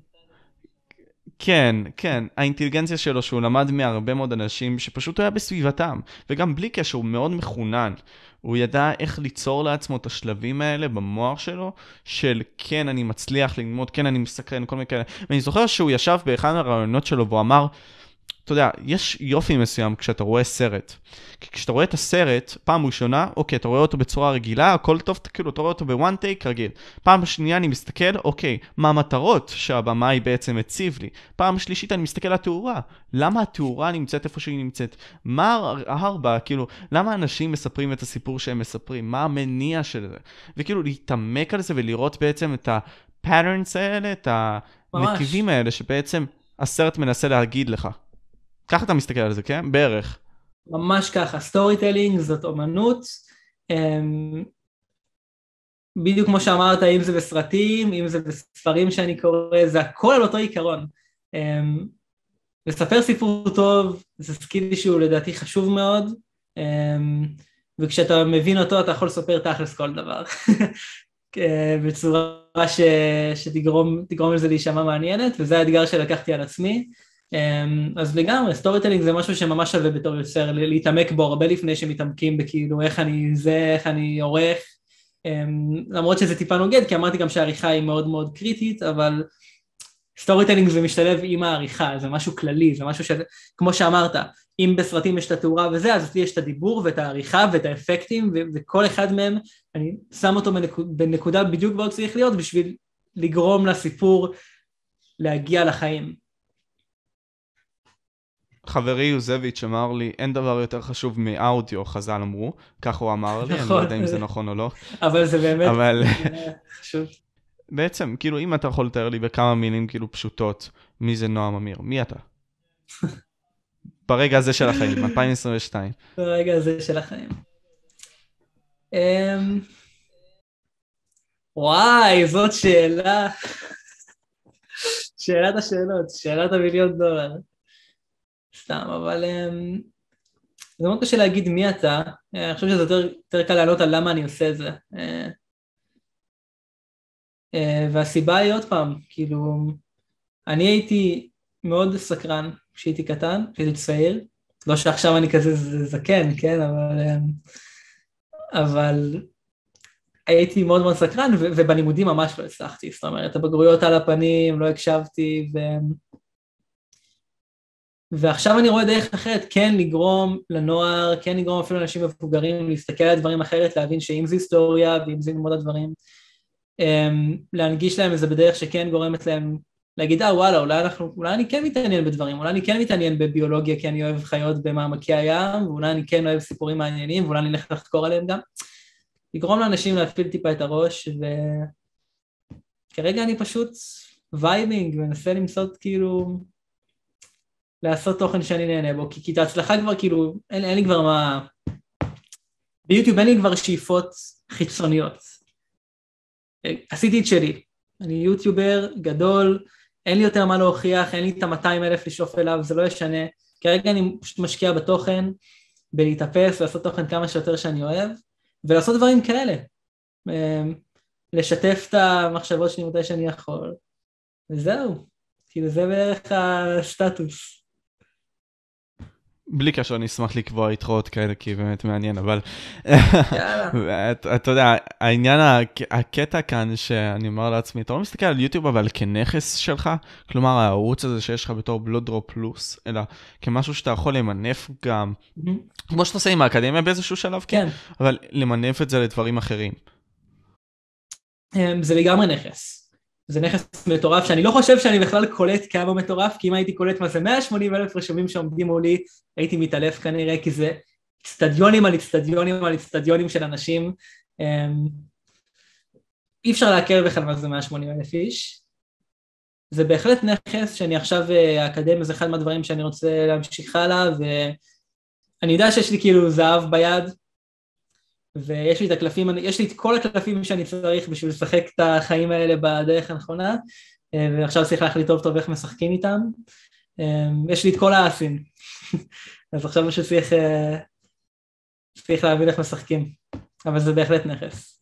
כן, כן, האינטליגנציה שלו שהוא למד מהרבה מאוד אנשים שפשוט היה בסביבתם, וגם בלי קשר הוא מאוד מחונן, הוא ידע איך ליצור לעצמו את השלבים האלה במוח שלו, של כן אני מצליח ללמוד, כן אני מסקרן, כל מיני כאלה, ואני זוכר שהוא ישב באחד הרעיונות שלו והוא אמר, אתה יודע, יש יופי מסוים כשאתה רואה סרט. כי כשאתה רואה את הסרט, פעם ראשונה, אוקיי, אתה רואה אותו בצורה רגילה, הכל טוב, כאילו, אתה רואה אותו בוואן טייק רגיל. פעם שנייה אני מסתכל, אוקיי, מה המטרות שהבמאי בעצם הציב לי? פעם שלישית אני מסתכל על התאורה. למה התאורה נמצאת איפה שהיא נמצאת? מה הרבה, כאילו, למה אנשים מספרים את הסיפור שהם מספרים? מה המניע של זה? וכאילו, להתעמק על זה ולראות בעצם את ה-patterns האלה, את הנתיבים האלה שבעצם הסרט מנסה להגיד לך. ככה אתה מסתכל על זה, כן? בערך. ממש ככה, סטורי טלינג זאת אומנות, בדיוק כמו שאמרת, אם זה בסרטים, אם זה בספרים שאני קורא, זה הכל על אותו עיקרון. לספר סיפור טוב, זה סקיל שהוא לדעתי חשוב מאוד, וכשאתה מבין אותו, אתה יכול לספר תכלס כל דבר, בצורה שתגרום לזה להישמע מעניינת, וזה האתגר שלקחתי על עצמי, אז לגמרי, סטורי טלינג זה משהו שממש שווה בתור יוצר, להתעמק בו הרבה לפני שמתעמקים בכאילו איך אני עורך, למרות שזה טיפה נוגד, כי אמרתי גם שהעריכה היא מאוד מאוד קריטית, אבל סטורי טלינג זה משתלב עם העריכה, זה משהו כללי, זה משהו שזה, כמו שאמרת, אם בסרטים יש את התאורה וזה, אז יש את הדיבור ואת העריכה ואת האפקטים, וכל אחד מהם, אני שם אותו בנקודה בדיוק בו צריך להיות, בשביל לגרום לסיפור להגיע לחיים. חברי יוזביץ' אמר לי, אין דבר יותר חשוב מאודיו, חז"ל אמרו, כך הוא אמר לי, אני לא יודע אם זה נכון או לא. אבל זה באמת חשוב. בעצם, כאילו, אם אתה יכול לתאר לי בכמה מילים כאילו פשוטות, מי זה נועם אמיר? מי אתה? ברגע הזה של החיים, 2022. ברגע הזה של החיים. וואי, זאת שאלה. שאלת השאלות, שאלת $1,000,000. סתם, אבל זה מאוד קשה להגיד מי אתה, אני חושב שזה יותר קל לענות על למה אני עושה את זה. והסיבה היא עוד פעם, כאילו, אני הייתי מאוד סקרן כשהייתי קטן, כשהייתי צעיר, לא שעכשיו אני כזה זקן, כן, אבל הייתי מאוד מאוד סקרן, ובלימודים ממש לא הצלחתי, זאת אומרת, הבגרויות על הפנים, לא הקשבתי, ועכשיו אני רואה דרך אחרת, כן לגרום לנוער, כן לגרום אפילו לאנשים מבוגרים, להסתכל על דברים אחרת, להבין שאם זה היסטוריה, ואם זה ללמוד הדברים, להנגיש להם איזה בדרך שכן גורמת להם, להגיד, וואלה, אולי אני כן מתעניין בדברים, אולי אני כן מתעניין בביולוגיה, כי אני אוהב חיות במעמקי הים, ואולי אני כן אוהב סיפורים מעניינים, ואולי אני אלך לחקור עליהם גם. לגרום לאנשים להפעיל טיפה את הראש, וכרגע אני פשוט וייבינג, ונסה למצוא כאילו, לעשות תוכן שאני נהנה בו, כי את ההצלחה כבר כאילו, אין לי כבר מה, ביוטיוב אין לי כבר שאיפות חיצוניות. עשיתי את שלי, אני יוטיובר גדול, אין לי יותר מה להוכיח, אין לי את ה-200,000 לשאוף אליו, זה לא ישנה, כרגע אני פשוט משקיע בתוכן, בלהתאפס, לעשות תוכן כמה שיותר שאני אוהב, ולעשות דברים כאלה, לשתף את המחשבות שלי מתי שאני יכול, וזהו, כאילו זה בערך הסטטוס. בלי קשר, אני אשמח לקבוע איתך כאלה, כי באמת מעניין, אבל אתה יודע, העניין, הקטע כאן שאני אומר לעצמי, אתה לא מסתכל על יוטיוב, אבל כנכס שלך, כלומר, הערוץ הזה שיש לך בתור בלודרופ פלוס, אלא כמשהו שאתה יכול למנף גם, כמו שאתה עושה עם האקדמיה באיזשהו שלב, כן, אבל למנף את זה לדברים אחרים. זה לגמרי נכס. זה נכס מטורף, שאני לא חושב שאני בכלל קולט כמה מטורף, כי אם הייתי קולט מה זה 180,000 רשומים שעומדים מולי, הייתי מתעלף כנראה, כי אצטדיונים על אצטדיונים על אצטדיונים של אנשים, אי אפשר להקל בכלל מה זה 180,000 איש, זה בהחלט נכס שאני עכשיו האקדמיה, זה אחד מהדברים שאני רוצה להמשיך הלאה, ואני יודע שיש לי כאילו זהב ביד, ויש לי את הקלפים, יש לי את כל הקלפים שאני צריך בשביל לשחק את החיים האלה בדרך הנכונה, ועכשיו צריך להחליט טוב טוב איך משחקים איתם, יש לי את כל האסים, אז עכשיו משהו צריך להבין איך משחקים, אבל זה בהחלט נכס.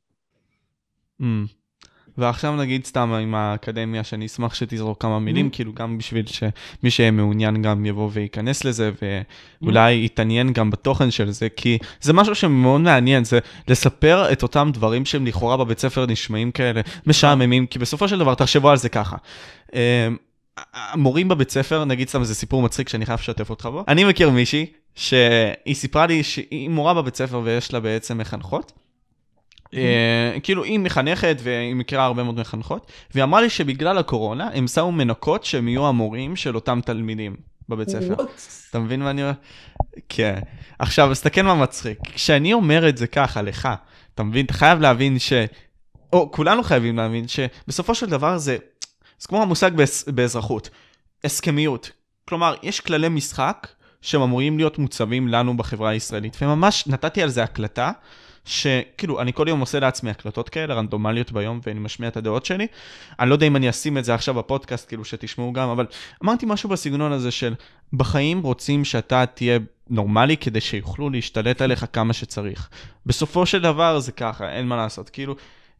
ועכשיו נגיד סתם עם האקדמיה, שאני אשמח שתזרוק כמה מילים, כאילו גם בשביל שמי שמעוניין גם יבוא וייכנס לזה, ואולי יתעניין גם בתוכן של זה, כי זה משהו שמאוד מעניין, זה לספר את אותם דברים שהם לכאורה בבית ספר נשמעים כאלה, משעממים, כי בסופו של דבר תחשבו על זה ככה. המורים בבית ספר, נגיד סתם, זה סיפור מצחיק שאני חייב לשתף אותך בו. אני מכיר מישהי שהיא סיפרה לי שהיא מורה בבית ספר ויש לה בעצם מחנכות, כאילו היא מחנכת והיא מכירה הרבה מאוד מחנכות, והיא אמרה לי שבגלל הקורונה הם שמו מנקות שהם יהיו המורים של אותם תלמידים בבית ספר. אתה מבין מה אני אומר? כן. עכשיו, תסתכל מה מצחיק. כשאני אומר את זה ככה לך, אתה מבין? אתה חייב להבין או כולנו חייבים להבין שבסופו של דבר זה כמו המושג באזרחות, הסכמיות. כלומר, יש כללי משחק שהם אמורים להיות מוצבים לנו בחברה הישראלית, וממש נתתי על זה הקלטה, שכאילו, אני כל יום עושה לעצמי הקלטות כאלה, רנדומליות ביום, ואני משמיע את הדעות שלי. אני לא יודע אם אני אשים את זה עכשיו בפודקאסט, כאילו שתשמעו גם, אבל אמרתי משהו בסגנון הזה של, בחיים רוצים שאתה תהיה נורמלי, כדי שיוכלו להשתלט עליך כמה שצריך. בסופו של דבר זה ככה, אין מה לעשות. כאילו,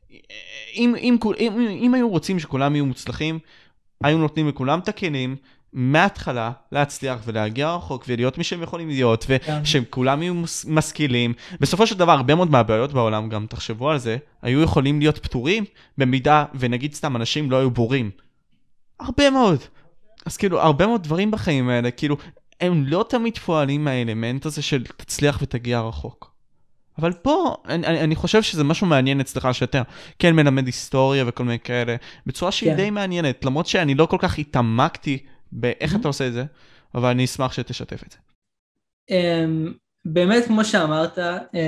אם היו רוצים שכולם יהיו מוצלחים, היו נותנים לכולם את הכלים, מההתחלה להצליח ולהגיע רחוק ולהיות מי שהם יכולים להיות, ושהם כולם יהיו משכילים. בסופו של דבר, הרבה מאוד מהבעיות בעולם, גם תחשבו על זה, היו יכולים להיות פתורים במידה, ונגיד סתם אנשים לא היו בורים. הרבה מאוד. אז כאילו, הרבה מאוד דברים בחיים האלה, כאילו, הם לא תמיד פועלים מהאלמנט הזה של תצליח ותגיע רחוק. אבל פה, אני חושב שזה משהו מעניין אצלך שיותר. כן, מלמד היסטוריה וכל מיני כאלה, בצורה שהיא די מעניינת, למרות שאני לא כל כך התעמקתי באיך אתה עושה את זה, אבל אני אשמח שתשתף את זה. באמת, כמו שאמרת,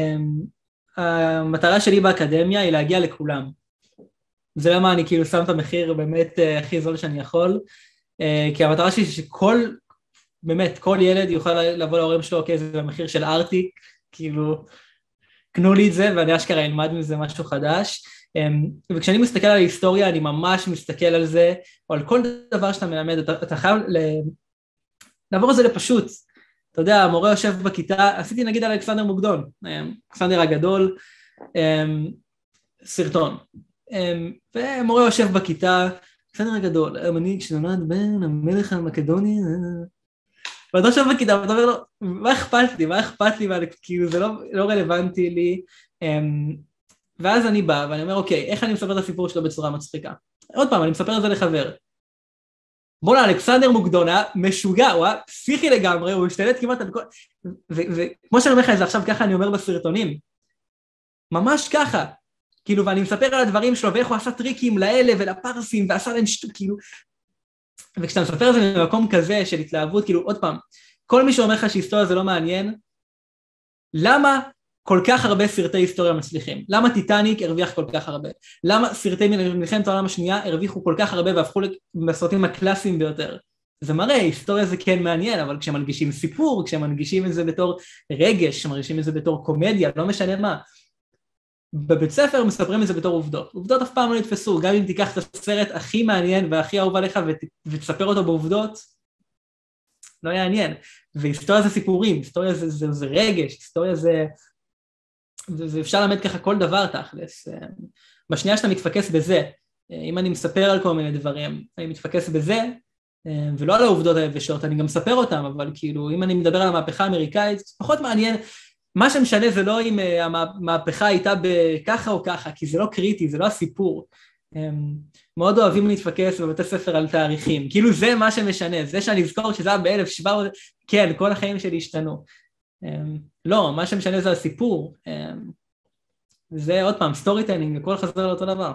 המטרה שלי באקדמיה היא להגיע לכולם. זה למה אני כאילו שם את המחיר באמת הכי זול שאני יכול, כי המטרה שלי שכל, באמת, כל ילד יוכל לבוא להורים שלו, אוקיי, זה המחיר של ארטיק, כאילו, קנו לי את זה, ואני אשכרה אלמד מזה משהו חדש, וכשאני מסתכל על ההיסטוריה, אני ממש מסתכל על זה, או על כל דבר שאתה מלמד, אתה חייב לעבור את זה לפשוט. אתה יודע, המורה יושב בכיתה, עשיתי נגיד על אלכסנדר מוקדון, אלכסנדר הגדול, סרטון, ומורה יושב בכיתה, אלכסנדר הגדול, המנהיג שנולד בין המלך המקדוני, ואתה יושב בכיתה, ואתה אומר לו, מה אכפת לי, כאילו זה לא רלוונטי לי, ואז אני בא ואני אומר, אוקיי, איך אני מספר את הסיפור שלו בצורה מצחיקה? עוד פעם, אני מספר את זה לחבר. בוא'נה, אלכסנדר מוקדון היה משוגע, הוא היה פסיכי לגמרי, הוא השתלט כמעט על כל... וכמו שאני אומר לך את זה עכשיו, ככה אני אומר בסרטונים. ממש ככה. כאילו, ואני מספר על הדברים שלו, ואיך הוא עשה טריקים לאלה ולפרסים, ועשה להם כאילו... וכשאתה מספר את זה במקום כזה של התלהבות, כאילו, עוד פעם, כל מי שאומר לך שהיסטוריה זה לא מעניין, למה כל כך הרבה סרטי היסטוריה מצליחים? למה טיטניק הרוויח כל כך הרבה? למה סרטי מלחמת העולם השנייה הרוויחו כל כך הרבה והפכו לסרטים הקלאסיים ביותר? זה מראה, היסטוריה זה כן מעניין, אבל כשמנגישים סיפור, כשמנגישים את זה בתור רגש, כשמנגישים את זה בתור קומדיה, לא משנה מה. בבית ספר מספרים את זה בתור עובדות. עובדות אף פעם לא נתפסו, גם אם תיקח את הסרט הכי מעניין והכי אהוב עליך ותספר אותו בעובדות, לא יעניין. והיסטוריה זה סיפורים, היסטוריה זה רגש, היסטוריה זה אפשר ללמד ככה כל דבר תכלס. בשנייה שאתה מתפקס בזה, אם אני מספר על כל מיני דברים, אני מתפקס בזה, ולא על העובדות היבשות, אני גם מספר אותם, אבל כאילו, אם אני מדבר על המהפכה האמריקאית, פחות מעניין, מה שמשנה זה לא אם המהפכה הייתה בככה או ככה, כי זה לא קריטי, זה לא הסיפור. מאוד אוהבים להתפקס בבתי ספר על תאריכים, כאילו זה מה שמשנה, זה שאני אזכור שזה היה ב-1700, כן, כל החיים שלי השתנו. לא, מה שמשנה זה הסיפור. זה עוד פעם, סטורי טיילינג, הכל חזר לאותו דבר.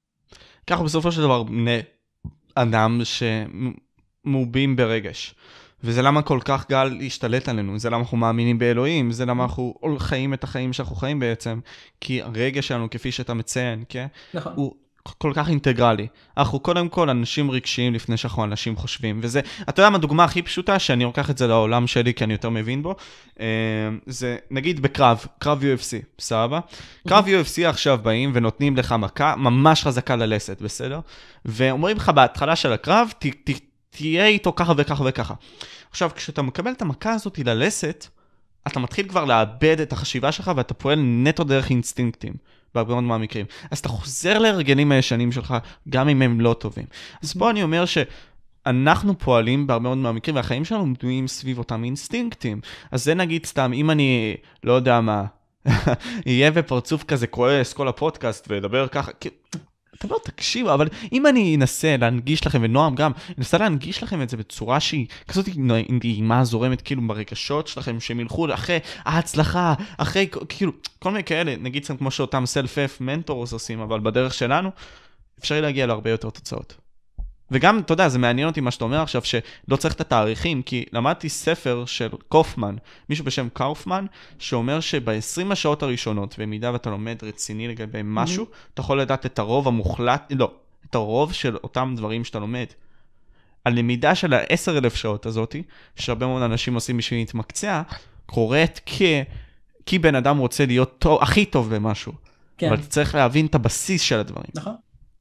ככה בסופו של דבר, בני אדם שמובים ברגש. וזה למה כל כך גל להשתלט עלינו, זה למה אנחנו מאמינים באלוהים, זה למה אנחנו חיים את החיים שאנחנו חיים בעצם, כי הרגש שלנו, כפי שאתה מציין, כן? נכון. הוא כל כך אינטגרלי. אנחנו קודם כל אנשים רגשיים לפני שאנחנו אנשים חושבים, וזה, אתה יודע מה, הדוגמה הכי פשוטה, שאני לוקח את זה לעולם שלי, כי אני יותר מבין בו, זה נגיד בקרב, קרב UFC, סבבה? קרב UFC עכשיו באים ונותנים לך מכה ממש חזקה ללסת, בסדר? ואומרים לך בהתחלה של הקרב, תהיה איתו ככה וככה וככה. עכשיו, כשאתה מקבל את המכה הזאת ללסת, אתה מתחיל כבר לאבד את החשיבה שלך, ואתה פועל נטו דרך אינסטינקטים, בהרבה מאוד מהמקרים. אז אתה חוזר להרגלים הישנים שלך, גם אם הם לא טובים. אז פה אני אומר שאנחנו פועלים בהרבה מאוד מהמקרים, והחיים שלנו בנויים סביב אותם אינסטינקטים. אז זה נגיד סתם, אם אני לא יודע מה, יהיה בפרצוף כזה כועס כל הפודקאסט, וידבר ככה, אתה לא תקשיב, אבל אם אני אנסה להנגיש לכם, ונועם גם, אנסה להנגיש לכם את זה בצורה שהיא כזאת נעימה זורמת כאילו ברגשות שלכם, שהם ילכו אחרי ההצלחה, אחרי כאילו, כל מיני כאלה, נגיד כמו שאותם סלף-אף מנטורס עושים, אבל בדרך שלנו, אפשר להגיע להרבה יותר תוצאות. וגם, אתה יודע, זה מעניין אותי מה שאתה אומר עכשיו, שלא צריך את התאריכים, כי למדתי ספר של קופמן, מישהו בשם קאופמן, שאומר שב-20 השעות הראשונות, במידה ואתה לומד רציני לגבי משהו, אתה יכול לדעת את הרוב המוחלט, לא, את הרוב של אותם דברים שאתה לומד. הלמידה של ה-10,000 שעות הזאת, שהרבה מאוד אנשים עושים בשביל להתמקצע, קורית כי בן אדם רוצה להיות טוב, הכי טוב במשהו. כן. אבל צריך להבין את הבסיס של הדברים. נכון.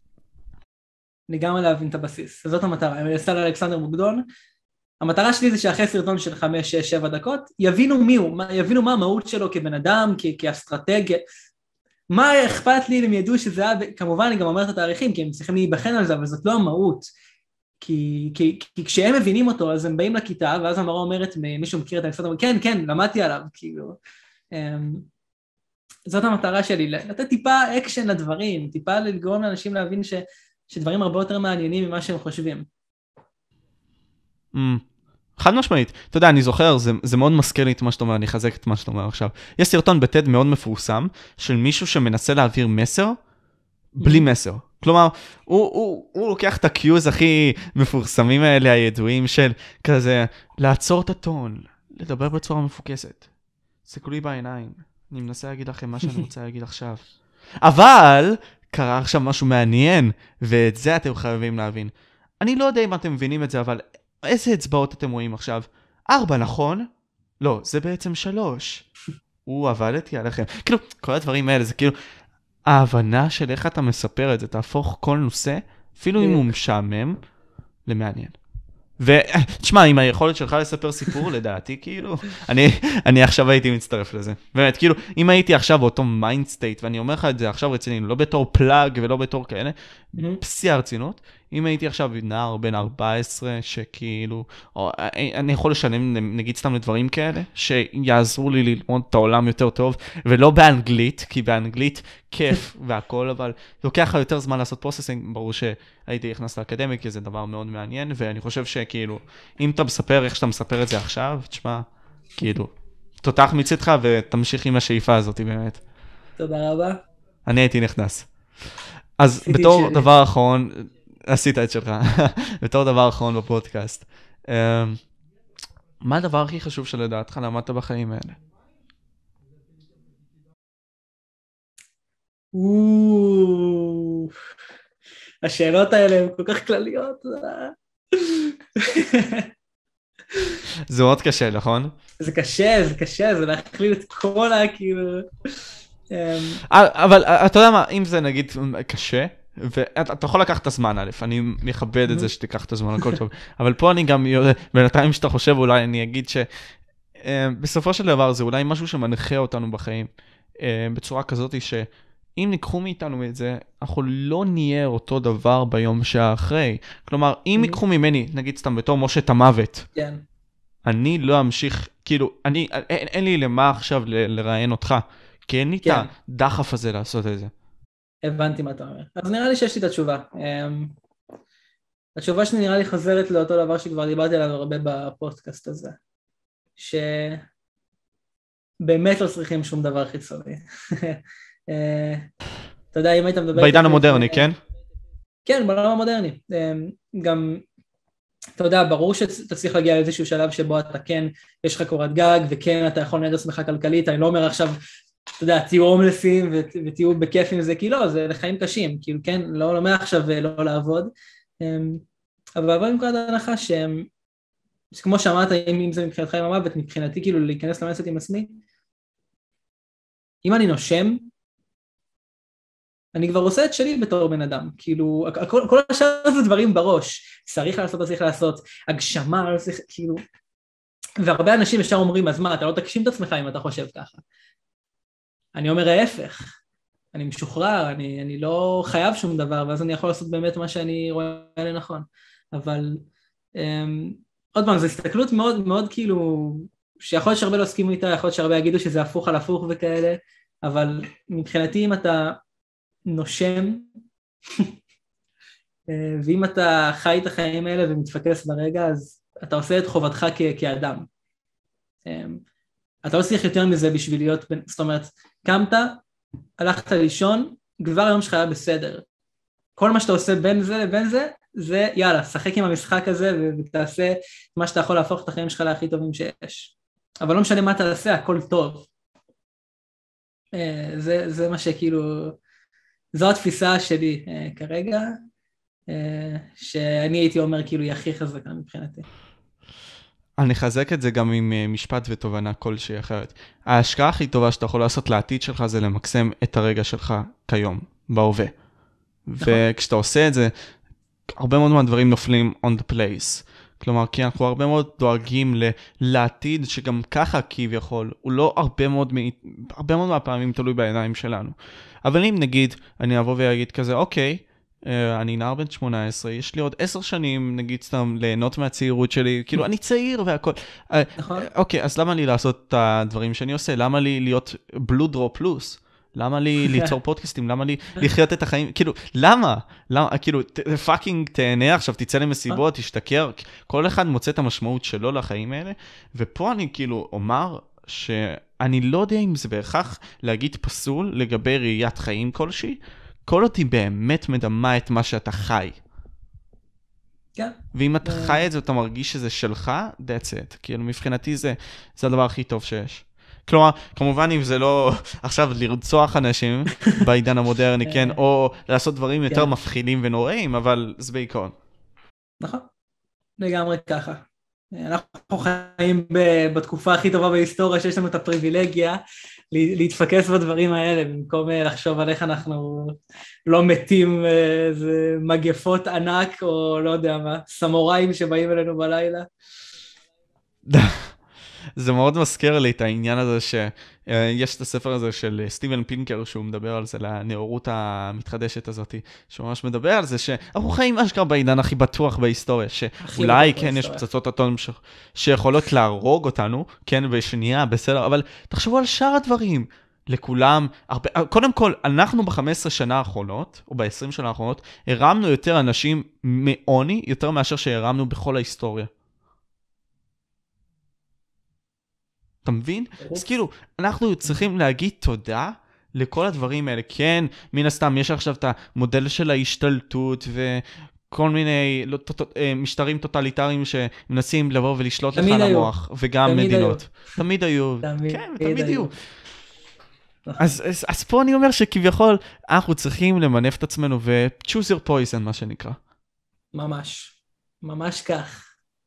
לגמרי להבין את הבסיס, זאת המטרה. אני אעשה לאלכסנדר מוקדון, המטרה שלי זה שאחרי סרטון של 5, 6, 7 דקות, יבינו מי הוא, יבינו מה המהות שלו כבן אדם, כאסטרטגיה, מה אכפת לי אם ידעו שזה היה, כמובן אני גם אומר את התאריכים, כי הם צריכים להיבחן על זה, אבל זאת לא המהות, כי כשהם מבינים אותו, אז הם באים לכיתה, ואז המורה אומרת, מישהו מכיר את אלכסנדר, כן, כן, למדתי עליו, כאילו, זאת המטרה שלי, לתת טיפה אקשן לדברים, טיפה לגרום לאנשים להבין שדברים הרבה יותר מעניינים ממה שהם חושבים. חד משמעית. אתה יודע, אני זוכר, זה מאוד מזכיר לי את מה שאתה אומר, אני אחזק את מה שאתה אומר עכשיו. יש סרטון בטד מאוד מפורסם, של מישהו שמנסה להעביר מסר, בלי מסר. כלומר, הוא לוקח את הקיוז הכי מפורסמים האלה, הידועים של כזה, לעצור את הטון, לדבר בצורה מפוקסת. תסתכלו לי בעיניים, אני מנסה להגיד לכם מה שאני רוצה להגיד עכשיו. אבל קרה עכשיו משהו מעניין, ואת זה אתם חייבים להבין. אני לא יודע אם אתם מבינים את זה, אבל איזה אצבעות אתם רואים עכשיו? 4, נכון? לא, זה בעצם 3. עבדתי עליכם. כאילו, כל הדברים האלה, זה כאילו, ההבנה של איך אתה מספר את זה, תהפוך כל נושא, אפילו אם הוא משעמם, למעניין. ותשמע, עם היכולת שלך לספר סיפור, לדעתי, כאילו, אני עכשיו הייתי מצטרף לזה. באמת, כאילו, אם הייתי עכשיו באותו מיינד סטייט, ואני אומר לך את זה עכשיו רציני, לא בתור פלאג ולא בתור כאלה, בשיא הרצינות, אם הייתי עכשיו נער בן 14, שכאילו, אני יכול לשלם, נגיד סתם לדברים כאלה, שיעזרו לי ללמוד את העולם יותר טוב, ולא באנגלית, כי באנגלית כיף והכל, אבל לוקח לך יותר זמן לעשות פרוססינג, ברור שהייתי נכנס לאקדמיה, כי זה דבר מאוד מעניין, ואני חושב שכאילו, אם אתה מספר איך שאתה מספר את זה עכשיו, תשמע, כאילו, תותח מצדך ותמשיך עם השאיפה הזאת, באמת. תודה רבה. אני הייתי נכנס. אז בתור דבר אחרון, עשית את שלך, בתור דבר אחרון בפודקאסט, מה הדבר הכי חשוב שלדעתך למדת בחיים האלה? השאלות האלה הן כל כך כלליות. זה מאוד קשה, נכון? זה קשה, זה להכליל את כל כאילו... אבל אתה יודע מה, אם זה נגיד קשה, ואתה יכול לקחת את הזמן, א', אני מכבד את זה שתיקח את הזמן, הכל טוב, אבל פה אני גם, בינתיים שאתה חושב, אולי אני אגיד שבסופו של דבר זה אולי משהו שמנחה אותנו בחיים, בצורה כזאת שאם ניקחו מאיתנו את זה, אנחנו לא נהיה אותו דבר ביום שאחרי. כלומר, אם ייקחו ממני, נגיד סתם בתור משה המוות, אני לא אמשיך, כאילו, אין לי למה עכשיו לראיין אותך, כי אין לי את הדחף הזה לעשות את זה. הבנתי מה אתה אומר. אז נראה לי שיש לי את התשובה. התשובה שלי נראה לי חוזרת לאותו דבר שכבר דיברתי עליו הרבה בפודקאסט הזה. שבאמת לא צריכים שום דבר חיצוני. אתה יודע, אם היית מדבר... בעידן המודרני, כן? כן, בעולם המודרני. גם אתה יודע, ברור שאתה צריך להגיע לאיזשהו שלב שבו אתה כן, יש לך קורת גג, וכן אתה יכול לנהל עצמך כלכלית, אני לא אומר עכשיו, אתה יודע, תהיו הומלסים ותהיו בכיף עם זה, כי לא, זה לחיים קשים, כאילו כן, לא מעכשיו לא לעבוד, אבל בוא נקרא את ההנחה שכמו שאמרת, אם זה מבחינתך עם המוות, מבחינתי כאילו להיכנס למסת עם עצמי, אם אני נושם, אני כבר עושה את שלי בתור בן אדם, כאילו, כל השאר זה דברים בראש, צריך לעשות, צריך לעשות, הגשמה, כאילו, והרבה אנשים ישר אומרים, אז מה, אתה לא תגשים את עצמך אם אתה חושב ככה. אני אומר ההפך, אני משוחרר, אני לא חייב שום דבר, ואז אני יכול לעשות באמת מה שאני רואה לנכון, אבל עוד פעם, זו הסתכלות מאוד מאוד כאילו, שיכול להיות שהרבה לא הסכימו איתה, יכול להיות שהרבה יגידו שזה הפוך על הפוך וכאלה, אבל מבחינתי אם אתה נושם, ואם אתה חי את החיים האלה ומתפקס ברגע, אז אתה עושה את חובתך כאדם. אתה לא צריך יותר מזה בשביל להיות, זאת אומרת, קמת, הלכת לישון, כבר היום שלך היה בסדר. כל מה שאתה עושה בין זה לבין זה, זה יאללה, שחק עם המשחק הזה ותעשה מה שאתה יכול להפוך את החיים שלך להכי טובים שיש. אבל לא משנה מה תעשה, הכל טוב. זה מה שכאילו, זו התפיסה שלי כרגע, שאני הייתי אומר כאילו היא הכי חזקה מבחינתי. אני חזק את זה גם עם משפט ותובנה כלשהי אחרת. ההשקעה הכי טובה שאתה יכול לעשות לעתיד שלך זה למקסם את הרגע שלך כיום, בהווה. וכשאתה עושה את זה, הרבה מאוד מהדברים נופלים on the place. כלומר, כי אנחנו הרבה מאוד דואגים לעתיד שגם ככה כביכול, הוא לא הרבה מאוד מהפעמים תלוי בעיניים שלנו. אבל אם נגיד, אני אבוא ויגיד כזה, אוקיי, אני נער בן 18, יש לי עוד 10 שנים, נגיד סתם, ליהנות מהצעירות שלי, כאילו אני צעיר והכל. נכון. אוקיי, אז למה לי לעשות את הדברים שאני עושה? למה לי להיות בלו דרופ פלוס? למה לי ליצור פודקאסטים? למה לי לחיות את החיים? כאילו, למה? כאילו, פאקינג תהנה עכשיו, תצא למסיבות, תשתכר, כל אחד מוצא את המשמעות שלו לחיים האלה, ופה אני כאילו אומר שאני לא יודע אם זה בהכרח להגיד פסול לגבי ראיית חיים כלשהי, כל אותי באמת מדמה את מה שאתה חי. כן. ואם אתה חי את זה, אתה מרגיש שזה שלך, that's it. כאילו, מבחינתי זה הדבר הכי טוב שיש. כלומר, כמובן אם זה לא עכשיו לרצוח אנשים בעידן המודרני, כן, או לעשות דברים יותר מפחידים ונוראים, אבל זה בעיקרון. נכון, לגמרי ככה. אנחנו חיים בתקופה הכי טובה בהיסטוריה, שיש לנו את הפריבילגיה להתפקס בדברים האלה, במקום לחשוב על איך אנחנו לא מתים איזה מגפות ענק, או לא יודע מה, סמוראים שבאים אלינו בלילה. זה מאוד מזכיר לי את העניין הזה שיש את הספר הזה של סטיבן פינקר, שהוא מדבר על זה, לנאורות המתחדשת הזאת, שהוא ממש מדבר על זה שאנחנו חיים אשכרה בעידן הכי בטוח בהיסטוריה, שאולי כן יש פצצות אטום שיכולות להרוג אותנו, כן, בשנייה, בסדר, אבל תחשבו על שאר הדברים, לכולם, קודם כל, אנחנו ב-15 שנה האחרונות, או ב-20 שנה האחרונות, הרמנו יותר אנשים מעוני, יותר מאשר שהרמנו בכל ההיסטוריה. אתה מבין? אז כאילו, אנחנו צריכים להגיד תודה לכל הדברים האלה. כן, מן הסתם, יש עכשיו את המודל של ההשתלטות וכל מיני משטרים טוטליטריים שמנסים לבוא ולשלוט לך על המוח, וגם מדינות. תמיד היו. כן, תמיד היו. אז פה אני אומר שכביכול אנחנו צריכים למנף את עצמנו ו-choose your poison, מה שנקרא. ממש. ממש כך.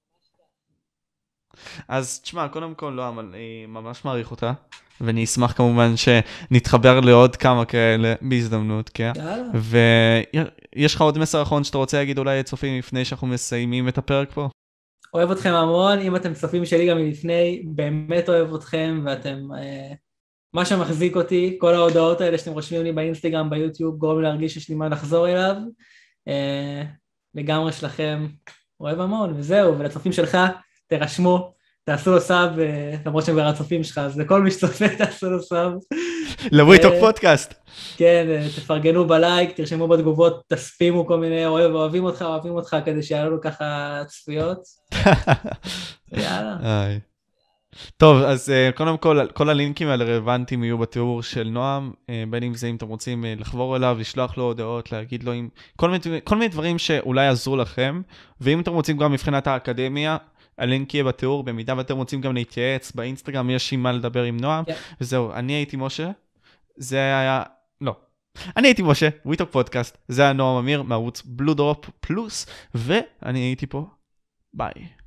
אז תשמע, קודם כל לא, אבל אני ממש מעריך אותה, ואני אשמח כמובן שנתחבר לעוד כמה כאלה בהזדמנות, כן? ויש לך עוד מסר אחרון שאתה רוצה להגיד אולי צופים לפני שאנחנו מסיימים את הפרק פה? אוהב אתכם המון, אם אתם צופים שלי גם מלפני, באמת אוהב אתכם, ואתם, מה שמחזיק אותי, כל ההודעות האלה שאתם רושמים לי באינסטגרם, ביוטיוב, גורם לי להרגיש שיש לי מה לחזור אליו, לגמרי שלכם, אוהב המון, וזהו, ולצופים שלך, תרשמו, תעשו לו סאב, למרות שהם כבר הצופים שלך, אז לכל מי שצופה תעשו לו סאב. לבוא איתו פודקאסט. כן, תפרגנו בלייק, תרשמו בתגובות, תספימו כל מיני אוהבים אותך, כדי שיעלו לו ככה צפיות. יאללה. טוב, אז קודם כל הלינקים הרלוונטיים יהיו בתיאור של נועם, בין אם זה אם אתם רוצים לחבור אליו, לשלוח לו הודעות, להגיד לו כל מיני דברים שאולי יעזרו לכם, ואם אתם רוצים גם מבחינת האקדמיה, הלינק יהיה בתיאור, במידה ואתם רוצים גם להתייעץ באינסטגרם, יש עם מה לדבר עם נועם, וזהו, אני הייתי משה, זה היה, לא. אני הייתי משה, וויטוק פודקאסט, זה היה נועם אמיר מערוץ בלו דרופ פלוס, ואני הייתי פה, ביי.